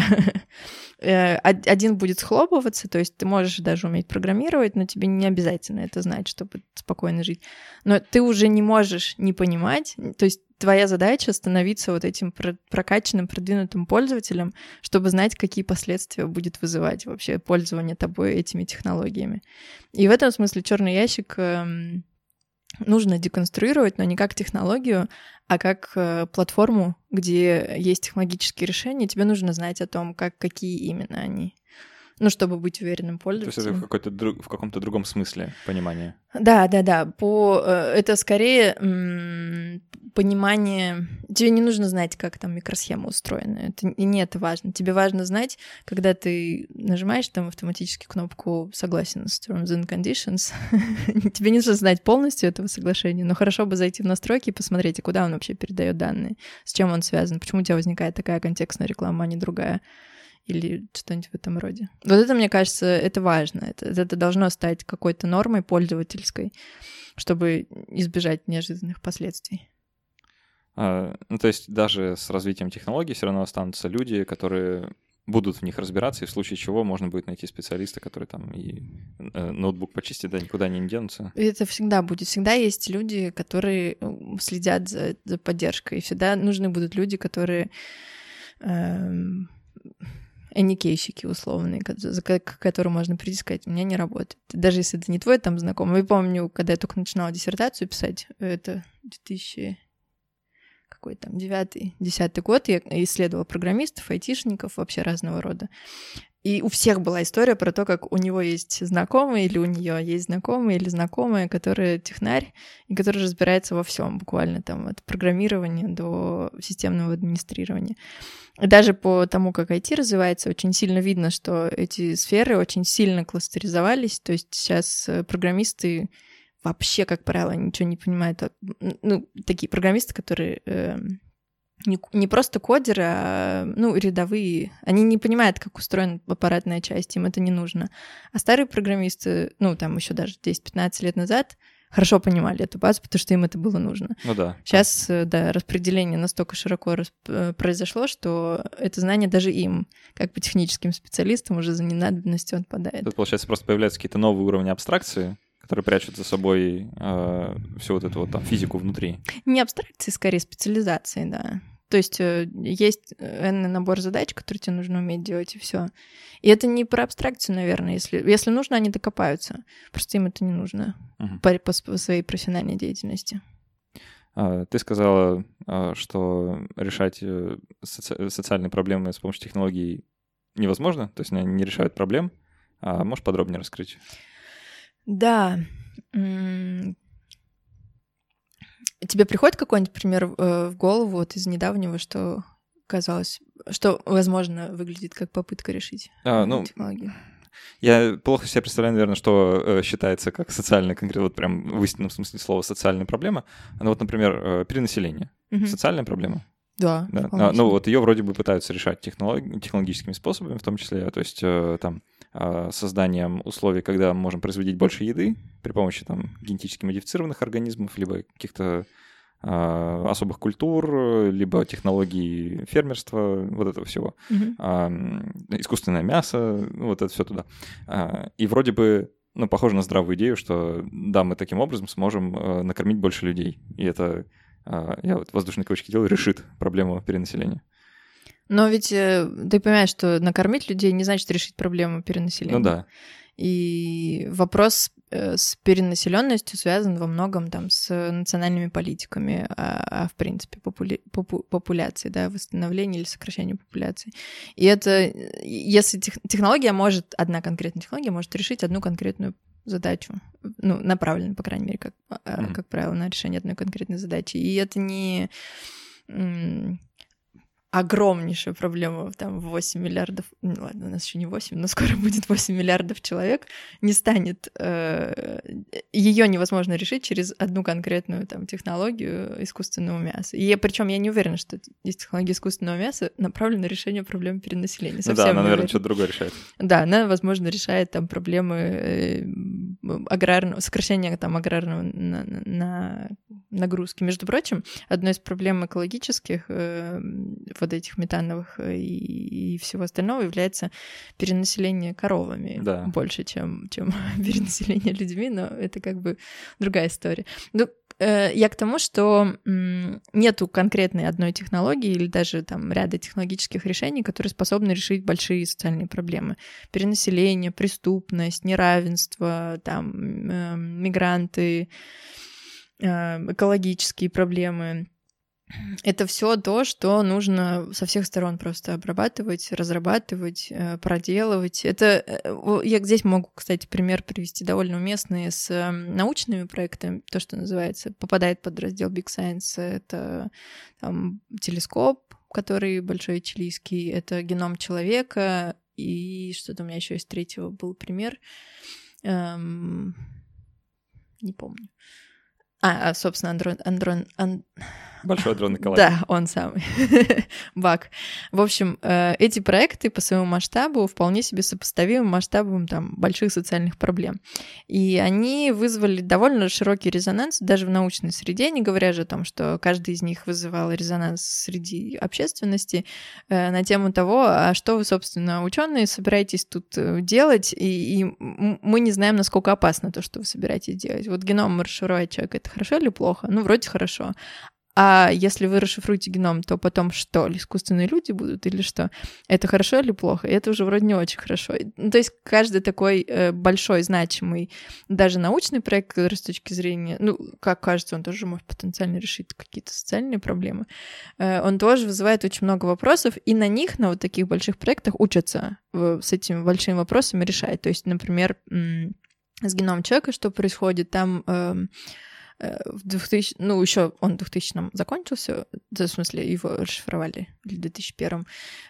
Один будет схлопываться, то есть ты можешь даже уметь программировать, но тебе не обязательно это знать, чтобы спокойно жить. Но ты уже не можешь не понимать, то есть твоя задача становиться вот этим прокачанным, продвинутым пользователем, чтобы знать, какие последствия будет вызывать вообще пользование тобой этими технологиями. И в этом смысле черный ящик нужно деконструировать, но не как технологию, а как э, платформу, где есть технологические решения, тебе нужно знать о том, как, какие именно они. Ну, чтобы быть уверенным пользователем. То есть это в, какой-то друг, в каком-то другом смысле понимание. Да, да, да. По, это скорее м, понимание... Тебе не нужно знать, как там микросхема устроена. Это, и не это важно. Тебе важно знать, когда ты нажимаешь там автоматически кнопку «Согласен с Terms and Conditions», тебе не нужно знать полностью этого соглашения, но хорошо бы зайти в настройки и посмотреть, куда он вообще передает данные, с чем он связан, почему у тебя возникает такая контекстная реклама, а не другая. Или что-нибудь в этом роде. Вот это, мне кажется, это важно. Это, это должно стать какой-то нормой пользовательской, чтобы избежать неожиданных последствий. А, ну, то есть даже с развитием технологий все равно останутся люди, которые будут в них разбираться, и в случае чего можно будет найти специалиста, который там и э, ноутбук почистит, да никуда не денутся. Это всегда будет. Всегда есть люди, которые следят за, за поддержкой. И всегда нужны будут люди, которые... Э, эникейщики условные, к которым можно прийти и сказать, у меня не работает. Даже если это не твой там знакомый. Я помню, когда я только начинала диссертацию писать, это две тысячи какой там, девятый, десятый год, я исследовала программистов, айтишников, вообще разного рода. И у всех была история про то, как у него есть знакомый или у нее есть знакомый или знакомая, который технарь и который разбирается во всем, буквально там от программирования до системного администрирования. И даже по тому, как ай ти развивается, очень сильно видно, что эти сферы очень сильно кластеризовались. То есть сейчас программисты вообще, как правило, ничего не понимают. Ну, такие программисты, которые... Э, Не, не просто кодеры, а ну, рядовые. Они не понимают, как устроена аппаратная часть, им это не нужно. А старые программисты, ну, там еще даже десять-пятнадцать лет назад, хорошо понимали эту базу, потому что им это было нужно. Ну да. Сейчас, да, распределение настолько широко расп- произошло, что это знание даже им, как по техническим специалистам, уже за ненадобностью отпадает. Тут, получается, просто появляются какие-то новые уровни абстракции, которые прячут за собой э, всю вот эту вот там физику внутри. Не абстракции, скорее специализации, да. То есть э, есть энный набор задач, которые тебе нужно уметь делать, и все. И это не про абстракцию, наверное. Если, если нужно, они докопаются. Просто им это не нужно uh-huh. по, по, по своей профессиональной деятельности. Uh, ты сказала, uh, что решать uh, соци- социальные проблемы с помощью технологий невозможно, то есть они не решают проблем. Uh, можешь подробнее раскрыть? Да. Тебе приходит какой-нибудь пример в голову вот из недавнего, что казалось, что, возможно, выглядит как попытка решить а, ну, технологию? Я плохо себе представляю, наверное, что э, считается как социальная, конкретно, вот прям в истинном смысле слова социальная проблема. Ну вот, например, э, перенаселение. Угу. Социальная проблема. Да. да. А, ну вот ее вроде бы пытаются решать технолог... технологическими способами, в том числе, то есть э, там э, созданием условий, когда мы можем производить больше еды при помощи там генетически модифицированных организмов, либо каких-то э, особых культур, либо технологий фермерства, вот этого всего. Mm-hmm. Э, искусственное мясо, вот это все туда. Э, и вроде бы, ну, похоже на здравую идею, что да, мы таким образом сможем э, накормить больше людей. И это я вот воздушные кавычки делаю, решит проблему перенаселения. Но ведь ты понимаешь, что накормить людей не значит решить проблему перенаселения. Ну да. И вопрос с перенаселенностью связан во многом там с национальными политиками, а, а в принципе популя... попу... популяции, да, восстановление или сокращение популяции. И это, если тех... технология может, одна конкретная технология может решить одну конкретную задачу, ну, направлена, по крайней мере, как, mm-hmm. как правило, на решение одной конкретной задачи. И это не м- огромнейшая проблема, там, восемь миллиардов, ну, ладно, у нас еще не восемь, но скоро будет восемь миллиардов человек, не станет, э- ее невозможно решить через одну конкретную там технологию искусственного мяса. И причем я не уверена, что есть технология искусственного мяса направлена на решение проблем перенаселения. Ну да, она, наверное, что-то другое решает. Да, она, возможно, решает там проблемы э- аграрного, сокращения там аграрного на, на, на нагрузки. Между прочим, одной из проблем экологических э- вот этих метановых и, и всего остального является перенаселение коровами да. больше, чем, чем перенаселение людьми, но это как бы другая история. Ну, э, я к тому, что м, нету конкретной одной технологии или даже там ряда технологических решений, которые способны решить большие социальные проблемы. Перенаселение, преступность, неравенство, там, э, мигранты, э, экологические проблемы. Это все то, что нужно со всех сторон просто обрабатывать, разрабатывать, проделывать. Это я здесь могу, кстати, пример привести довольно уместный с научными проектами. То, что называется, попадает под раздел Big Science. Это там, телескоп, который большой чилийский, это геном человека, и что-то у меня еще из третьего был пример. Эм... Не помню. А, собственно, андрон... андрон... ан... Большой адронный коллайдер. Да, он самый. Бак. В общем, эти проекты по своему масштабу вполне себе сопоставимы масштабам там, больших социальных проблем. И они вызвали довольно широкий резонанс даже в научной среде, не говоря же о том, что каждый из них вызывал резонанс среди общественности на тему того, а что вы, собственно, ученые, собираетесь тут делать, и, и мы не знаем, насколько опасно то, что вы собираетесь делать. Вот геном маршировать человека — это хорошо или плохо? Ну, вроде хорошо. а если вы расшифруете геном, то потом что? Искусственные люди будут или что? Это хорошо или плохо? И это уже вроде не очень хорошо. Ну, то есть каждый такой э, большой, значимый, даже научный проект, который с точки зрения, ну, как кажется, он тоже может потенциально решить какие-то социальные проблемы, э, он тоже вызывает очень много вопросов, и на них, на вот таких больших проектах учатся э, с этими большими вопросами решать. То есть, например, м- с геномом человека что происходит, там... Э, в двухтысячном, ну, еще он в двухтысячном закончился, в смысле, его расшифровали в две тысячи первом,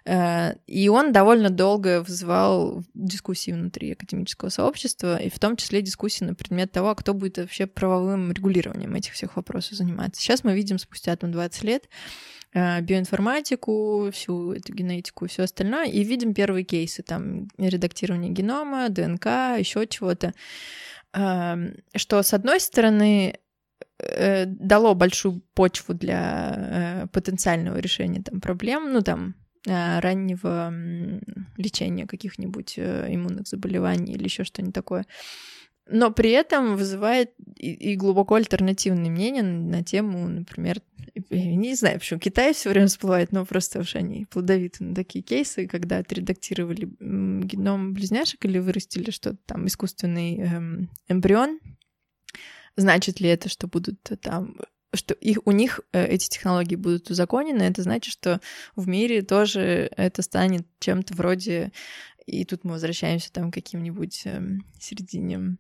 и он довольно долго вызывал дискуссии внутри академического сообщества, и в том числе дискуссии на предмет того, кто будет вообще правовым регулированием этих всех вопросов заниматься. Сейчас мы видим спустя там двадцать лет биоинформатику, всю эту генетику и все остальное, и видим первые кейсы, там, редактирование генома, ДНК, еще чего-то, что, с одной стороны, дало большую почву для э, потенциального решения там, проблем, ну, там, э, раннего э, лечения каких-нибудь э, иммунных заболеваний или еще что-нибудь такое. Но при этом вызывает и, и глубоко альтернативные мнения на, на тему, например, я не знаю, почему Китай все время всплывает, но просто уж они плодовиты на такие кейсы, когда отредактировали геном близняшек или вырастили что-то там, искусственный эм, эмбрион. Значит ли это, что будут там, что их, у них эти технологии будут узаконены? Это значит, что в мире тоже это станет чем-то вроде, и тут мы возвращаемся там к каким-нибудь эм, середине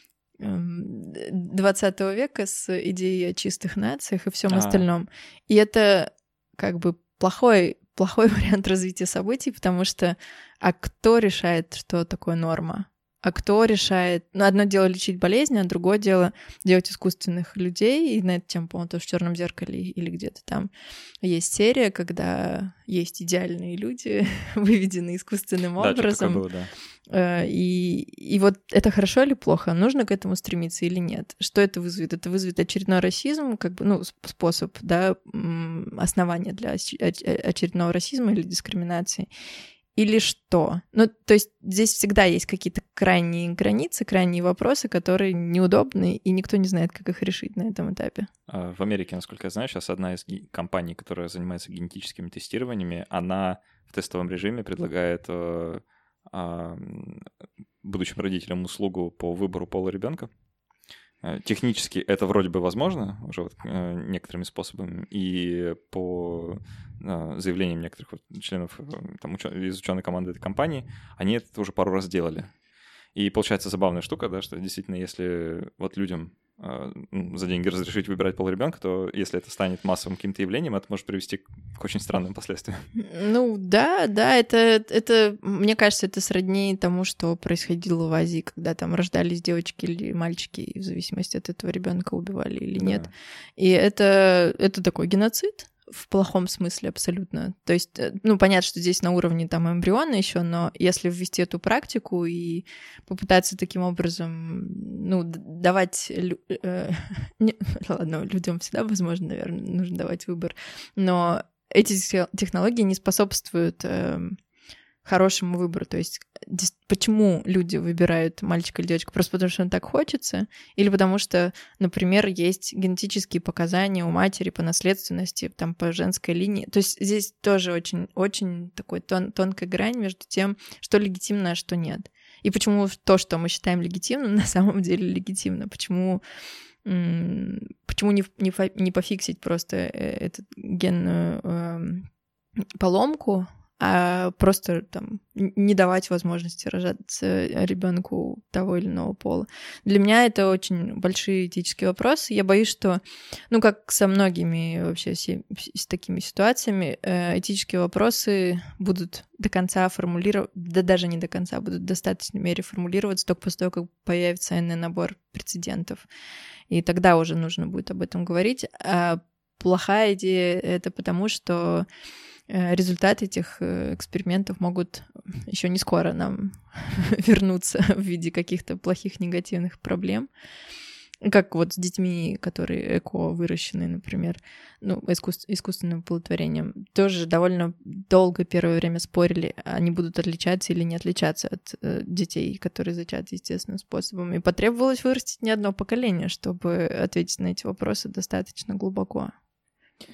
эм, двадцатого века с идеей о чистых нациях и всем А. остальном. И это как бы плохой, плохой вариант развития событий, потому что а кто решает, что такое норма? А кто решает? Ну, одно дело лечить болезни, а другое дело делать искусственных людей. И на эту тему, по-моему, тоже в «Черном зеркале» или где-то там есть серия, когда есть идеальные люди, выведенные искусственным да, образом. Было, да. И, и вот это хорошо или плохо? Нужно к этому стремиться или нет? Что это вызовет? Это вызовет очередной расизм, как бы, ну, способ, да, основания для очередного расизма или дискриминации. Или что? Ну, то есть здесь всегда есть какие-то крайние границы, крайние вопросы, которые неудобны, и никто не знает, как их решить на этом этапе. В Америке, насколько я знаю, сейчас одна из компаний, которая занимается генетическими тестированиями, она в тестовом режиме предлагает э, э, будущим родителям услугу по выбору пола ребенка. Технически это вроде бы возможно уже вот, э, некоторыми способами, и по э, заявлениям некоторых вот, членов э, там, учё- из ученой команды этой компании, они это уже пару раз делали. И получается забавная штука, да, что действительно, если вот людям э, за деньги разрешить выбирать пол ребенка, то если это станет массовым каким-то явлением, это может привести к очень странным последствиям. Ну да, да, это, это, мне кажется, это сродни тому, что происходило в Азии, когда там рождались девочки или мальчики, и в зависимости от этого ребенка убивали или нет. Да. И это, это такой геноцид. В плохом смысле абсолютно. То есть, ну, понятно, что здесь на уровне там эмбриона еще, но если ввести эту практику и попытаться таким образом, ну, давать... Лю... Э, не, ладно, людям всегда, возможно, наверное, нужно давать выбор, но эти технологии не способствуют э, хорошему выбору. То есть почему люди выбирают мальчика или девочку? Просто потому, что им так хочется? Или потому что, например, есть генетические показания у матери по наследственности, там, по женской линии? То есть здесь тоже очень, очень такой тон, тонкая грань между тем, что легитимно, а что нет. И почему то, что мы считаем легитимным, на самом деле легитимно? Почему, м- почему не, не, фо- не пофиксить просто эту генную э, поломку, а просто там не давать возможности рожаться ребенку того или иного пола. Для меня это очень большие этические вопросы. Я боюсь, что, ну, как со многими вообще с, с такими ситуациями, этические вопросы будут до конца формулировать, да даже не до конца, будут в достаточной мере формулироваться только после того, как появится энный набор прецедентов. И тогда уже нужно будет об этом говорить. А плохая идея — это потому, что результаты этих экспериментов могут еще не скоро нам вернуться в виде каких-то плохих негативных проблем. Как вот с детьми, которые эко выращены, например, ну, искус- искусственным оплодотворением. Тоже довольно долго первое время спорили, они будут отличаться или не отличаться от э, детей, которые зачаты естественным способом. И потребовалось вырастить не одно поколение, чтобы ответить на эти вопросы достаточно глубоко.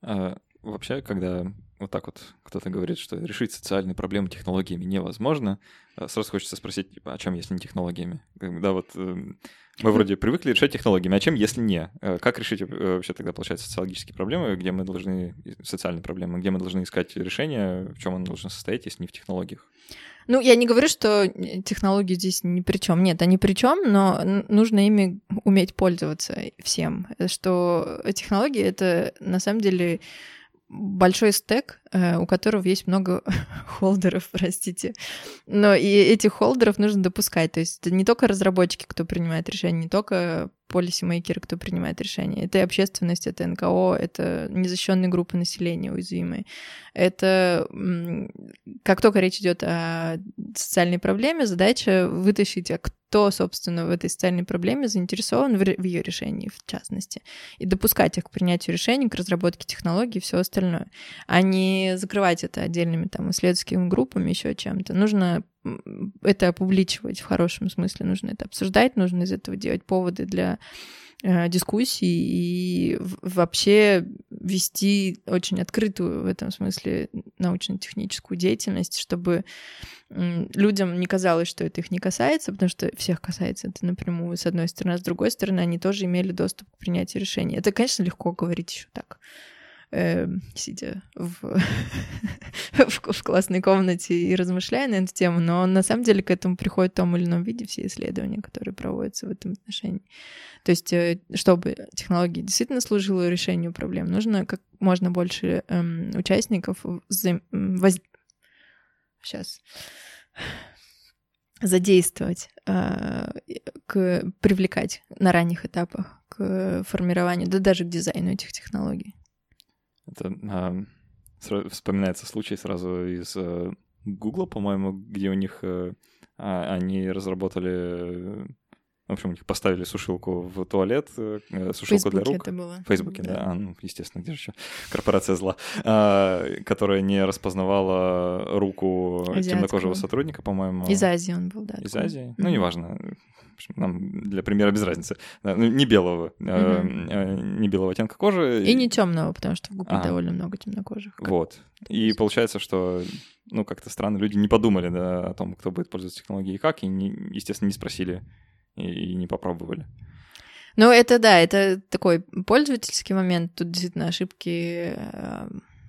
А, вообще, когда вот так вот кто-то говорит, что решить социальные проблемы технологиями невозможно, сразу хочется спросить, типа, а чем, если не технологиями? Когда вот э, мы вроде привыкли решать технологиями, а чем, если не? Как решить вообще тогда, получается, социологические проблемы, где мы должны, социальные проблемы, где мы должны искать решение, в чем оно должно состоять, если не в технологиях? Ну, я не говорю, что технологии здесь ни при чем. Нет, они при чем, но нужно ими уметь пользоваться всем. Что технологии — это на самом деле большой стек, у которого есть много холдеров, простите. Но и этих холдеров нужно допускать. То есть это не только разработчики, кто принимает решения, не только полисимейкеры, кто принимает решения. Это и общественность, это эн ка о, это незащищенные группы населения уязвимые. Это как только речь идет о социальной проблеме, задача вытащить, а кто, собственно, в этой социальной проблеме заинтересован в ее решении, в частности, и допускать их к принятию решений, к разработке технологий и все остальное, а не закрывать это отдельными там исследовательскими группами, еще чем-то. Нужно это опубличивать в хорошем смысле, нужно это обсуждать, нужно из этого делать поводы для э, дискуссий и вообще вести очень открытую в этом смысле научно-техническую деятельность, чтобы э, людям не казалось, что это их не касается, потому что всех касается это напрямую, с одной стороны, а с другой стороны, они тоже имели доступ к принятию решений. Это, конечно, легко говорить еще так, Э, сидя в, в, в классной комнате и размышляя на эту тему, но на самом деле к этому приходят в том или ином виде все исследования, которые проводятся в этом отношении. То есть, чтобы технология действительно служила решению проблем, нужно как можно больше эм, участников взаим... воз... сейчас задействовать, э, к... привлекать на ранних этапах к формированию, да даже к дизайну этих технологий. Это а, сразу вспоминается случай сразу из а, Гугла, по-моему, где у них а, они разработали, в общем, у них поставили сушилку в туалет, сушилку Фейсбуке для рук. Это было. В Фейсбуке, да. да. А, ну, естественно, где же еще? Корпорация зла, а, которая не распознавала руку Азиатского. Темнокожего сотрудника, по-моему. Из Азии он был, да. Из Азии? Mm-hmm. Ну, неважно. Нам для примера без разницы. Ну, не белого, mm-hmm. не белого оттенка кожи. И не темного, потому что в Гугле а. довольно много темнокожих. Вот. И получается, что, ну, как-то странно, люди не подумали, да, о том, кто будет пользоваться технологией и как, и, не, естественно, не спросили и, и не попробовали. Ну, это да, это такой пользовательский момент. Тут действительно ошибки э,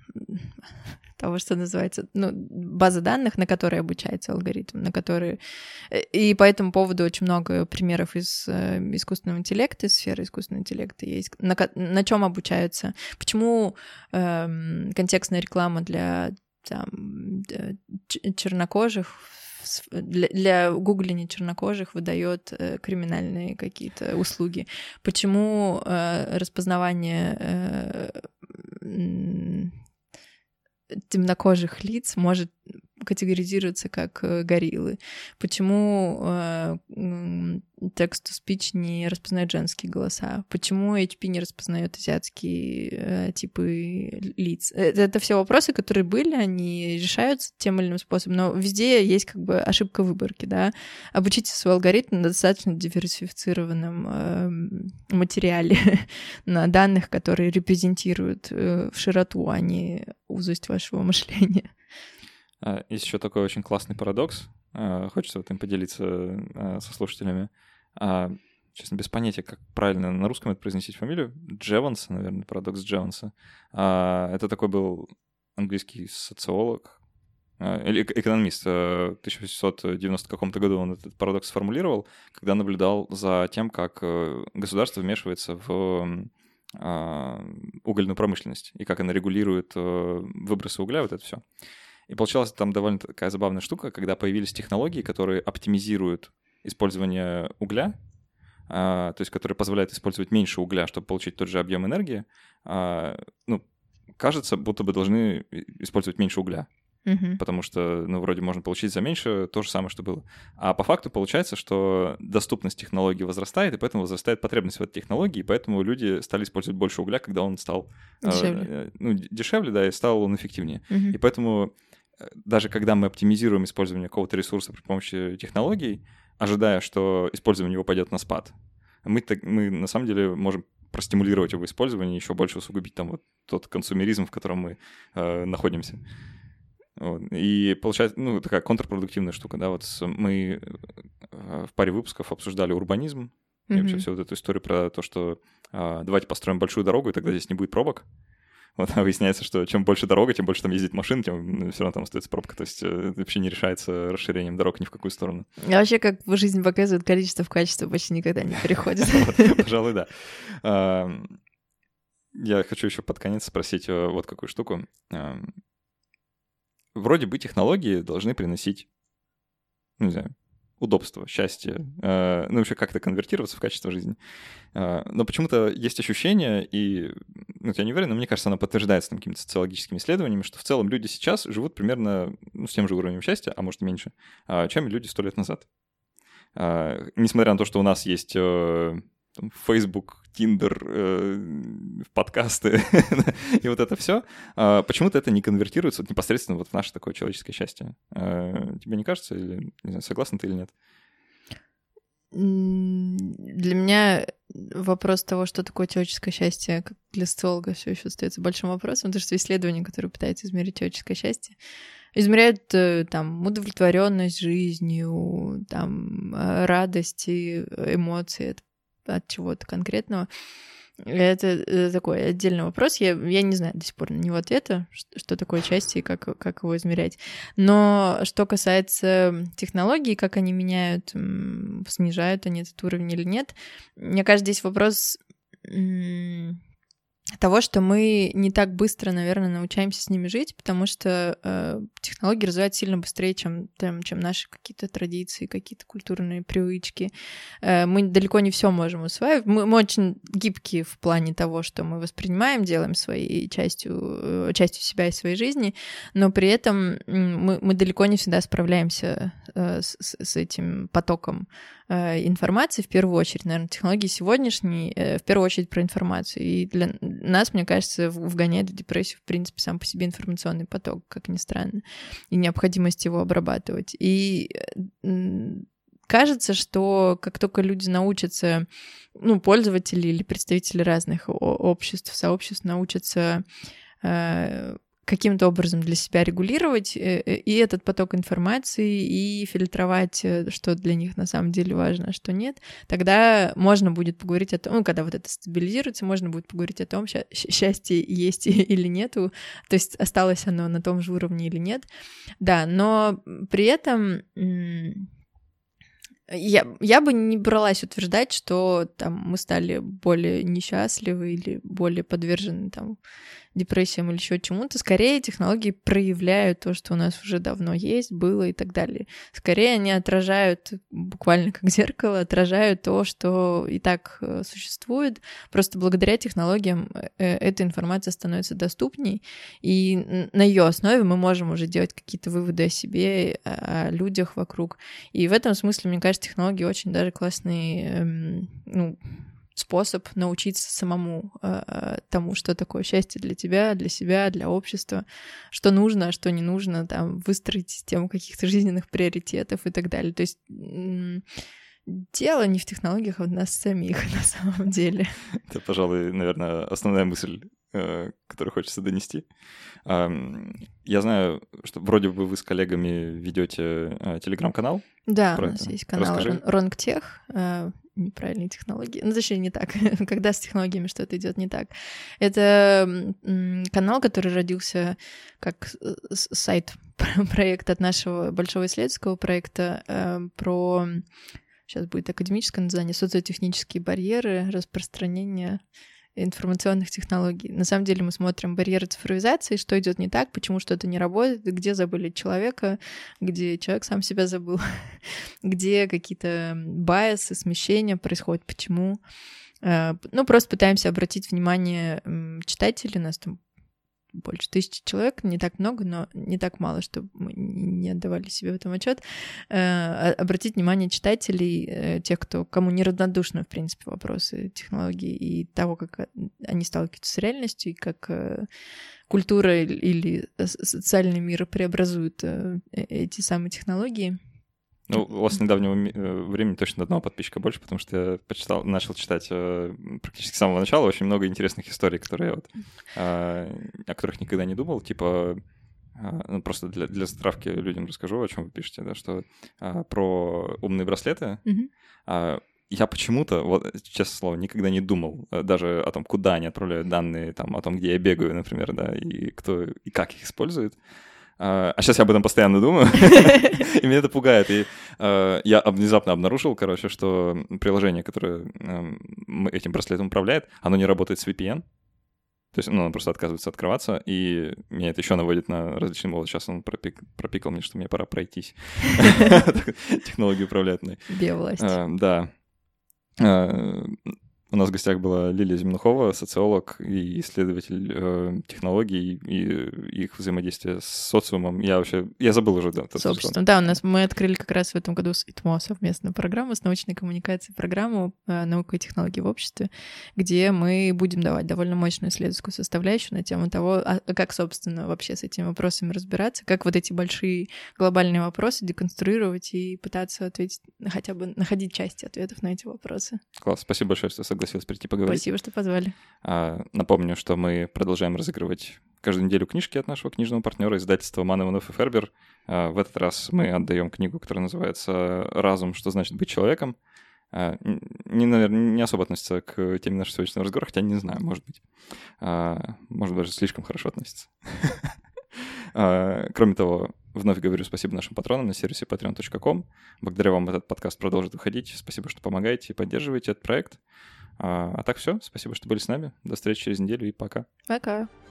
того, что называется, ну, база данных, на которой обучается алгоритм, на которые... И по этому поводу очень много примеров из э, искусственного интеллекта, из сферы искусственного интеллекта есть, на, на чем обучаются. Почему э, контекстная реклама для там, чернокожих для, для гугления чернокожих выдает э, криминальные какие-то услуги. Почему э, распознавание э, темнокожих лиц может категоризироваться как гориллы? Почему э, text-to-speech не распознает женские голоса? Почему эйч пи не распознает азиатские э, типы лиц? Это, это все вопросы, которые были, они решаются тем или иным способом, но везде есть как бы ошибка выборки, да? Обучите свой алгоритм на достаточно диверсифицированном э, материале, на данных, которые репрезентируют э, в широту, а не узость вашего мышления. Есть еще такой очень классный парадокс. Хочется вот им поделиться со слушателями. Честно, без понятия, как правильно на русском это произносить фамилию. Джеванса, наверное, парадокс Джеванса. Это такой был английский социолог, или экономист. В тысяча восемьсот девяностом каком-то году он этот парадокс сформулировал, когда наблюдал за тем, как государство вмешивается в угольную промышленность и как она регулирует выбросы угля, вот это все. И получалась там довольно такая забавная штука, когда появились технологии, которые оптимизируют использование угля, а, то есть которые позволяют использовать меньше угля, чтобы получить тот же объем энергии. А, ну, кажется, будто бы должны использовать меньше угля, mm-hmm. потому что, ну, вроде можно получить за меньше то же самое, что было. А по факту получается, что доступность технологий возрастает, и поэтому возрастает потребность в этой технологии, и поэтому люди стали использовать больше угля, когда он стал дешевле, э, ну, дешевле, да, и стал он эффективнее. Mm-hmm. И поэтому даже когда мы оптимизируем использование какого-то ресурса при помощи технологий, ожидая, что использование его пойдет на спад, мы, мы на самом деле можем простимулировать его использование, еще больше усугубить там вот тот консумеризм, в котором мы э, находимся. Вот. И получается, ну, такая контрпродуктивная штука, да, вот мы в паре выпусков обсуждали урбанизм, mm-hmm. и вообще всю вот эту историю про то, что а, давайте построим большую дорогу, и тогда здесь не будет пробок. Вот, а выясняется, что чем больше дорога, тем больше там ездит машин, тем ну, все равно там остается пробка, то есть это вообще не решается расширением дорог ни в какую сторону. А вообще, как жизнь показывает, количество в качество почти никогда не переходит. Пожалуй, да. Я хочу еще под конец спросить вот какую штуку. Вроде бы технологии должны приносить, ну, не знаю, удобство, счастье, э, ну, вообще как-то конвертироваться в качество жизни. Э, но почему-то есть ощущение, и, ну, я не уверен, но мне кажется, оно подтверждается там, какими-то социологическими исследованиями, что в целом люди сейчас живут примерно ну, с тем же уровнем счастья, а может и меньше, э, чем люди сто лет назад. Э, несмотря на то, что у нас есть... Э, Facebook, Tinder, э, подкасты и вот это все, э, почему-то это не конвертируется вот непосредственно вот в наше такое человеческое счастье. Э, тебе не кажется, или не знаю, согласна ты или нет? Для меня вопрос того, что такое человеческое счастье, как для социолога, все еще остается большим вопросом, потому что исследования, которые пытаются измерить человеческое счастье, измеряют там удовлетворенность жизнью, там радость, эмоции, от чего-то конкретного. Это такой отдельный вопрос. Я, я не знаю до сих пор на него ответа, что, что такое счастье и как, как его измерять. Но что касается технологий, как они меняют, снижают они этот уровень или нет, мне кажется, здесь вопрос того, что мы не так быстро, наверное, научаемся с ними жить, потому что э, технологии развиваются сильно быстрее, чем, там, чем наши какие-то традиции, какие-то культурные привычки. Э, мы далеко не все можем усваивать. Мы, мы очень гибкие в плане того, что мы воспринимаем, делаем своей частью, частью себя и своей жизни, но при этом мы, мы далеко не всегда справляемся э, с, с этим потоком э, информации. В первую очередь, наверное, технологии сегодняшние э, в первую очередь про информацию. И для нас, мне кажется, вгоняет в депрессию, в принципе, сам по себе информационный поток, как ни странно, и необходимость его обрабатывать. И кажется, что как только люди научатся, ну, пользователи или представители разных обществ, сообществ научатся э, каким-то образом для себя регулировать и этот поток информации, и фильтровать, что для них на самом деле важно, а что нет, тогда можно будет поговорить о том, ну, когда вот это стабилизируется, можно будет поговорить о том, счастье есть или нету, то есть осталось оно на том же уровне или нет. Да, но при этом... Я, я бы не бралась утверждать, что там мы стали более несчастливы или более подвержены там депрессиям или еще чему-то. Скорее, технологии проявляют то, что у нас уже давно есть, было и так далее. Скорее, они отражают, буквально как зеркало, отражают то, что и так существует. Просто благодаря технологиям эта информация становится доступней, и на ее основе мы можем уже делать какие-то выводы о себе, о людях вокруг. И в этом смысле, мне кажется, технологии очень даже классный, эм, ну, способ научиться самому э, тому, что такое счастье для тебя, для себя, для общества, что нужно, а что не нужно, там, выстроить систему каких-то жизненных приоритетов и так далее. То есть м- дело не в технологиях, а в нас самих на самом деле. Это, пожалуй, наверное, основная мысль, э, которую хочется донести. Э, я знаю, что вроде бы вы с коллегами ведете э, телеграм-канал. Да, у нас это. Есть канал Расскажи. Ронгтех, э, неправильные технологии. Ну, точнее, не так. Когда с технологиями что-то идет не так. Это канал, который родился как сайт, проект от нашего большого исследовательского проекта э, про, сейчас будет академическое название, социотехнические барьеры распространения информационных технологий. На самом деле мы смотрим барьеры цифровизации, что идет не так, почему что-то не работает, где забыли человека, где человек сам себя забыл, где какие-то байсы, смещения происходят, почему. Ну, просто пытаемся обратить внимание читателей, у нас там больше тысячи человек, не так много, но не так мало, чтобы мы не отдавали себе в этом отчет. Обратить внимание читателей, тех, кто, кому неравнодушны, в принципе, вопросы технологий и того, как они сталкиваются с реальностью, и как культура или социальный мир преобразуют эти самые технологии. Ну, у вас с недавнего времени точно одного подписчика больше, потому что я почитал, начал читать э, практически с самого начала очень много интересных историй, которые я вот, э, о которых никогда не думал. Типа, э, ну, просто для, для затравки людям расскажу, о чем вы пишете, да, что э, про умные браслеты. Mm-hmm. Э, я почему-то, вот, честное слово, никогда не думал э, даже о том, куда они отправляют данные, там, о том, где я бегаю, например, да, и кто и как их использует. А сейчас я об этом постоянно думаю, и меня это пугает. И э, я внезапно обнаружил, короче, что приложение, которое э, этим браслетом управляет, оно не работает с ви пи эн. То есть, ну, оно просто отказывается открываться, и меня это еще наводит на различные моды. Сейчас он пропик, пропикал мне, что мне пора пройтись. Технологии управляют мной. Биовласть. Да. У нас в гостях была Лилия Земнухова, социолог и исследователь э, технологий и их взаимодействия с социумом. Я вообще... Я забыл уже, да. С обществом. Да, у нас мы открыли как раз в этом году с ИТМО совместную программу, с научной коммуникацией, программу э, «Наука и технологии в обществе», где мы будем давать довольно мощную исследовательскую составляющую на тему того, а как, собственно, вообще с этими вопросами разбираться, как вот эти большие глобальные вопросы деконструировать и пытаться ответить, хотя бы находить части ответов на эти вопросы. Класс, спасибо большое, что согласилась прийти поговорить. Спасибо, что позвали. А, напомню, что мы продолжаем разыгрывать каждую неделю книжки от нашего книжного партнера, издательства Ман, Иванов и Фербер. А, в этот раз мы отдаем книгу, которая называется «Разум. Что значит быть человеком?». А, не, наверное, не особо относится к теме нашего сегодняшнего разговора, хотя не знаю, может быть. А, может, даже слишком хорошо относится. Кроме того, вновь говорю спасибо нашим патронам на сервисе патреон точка ком. Благодаря вам этот подкаст продолжит выходить. Спасибо, что помогаете и поддерживаете этот проект. А, а так все. Спасибо, что были с нами. До встречи через неделю и пока. Пока.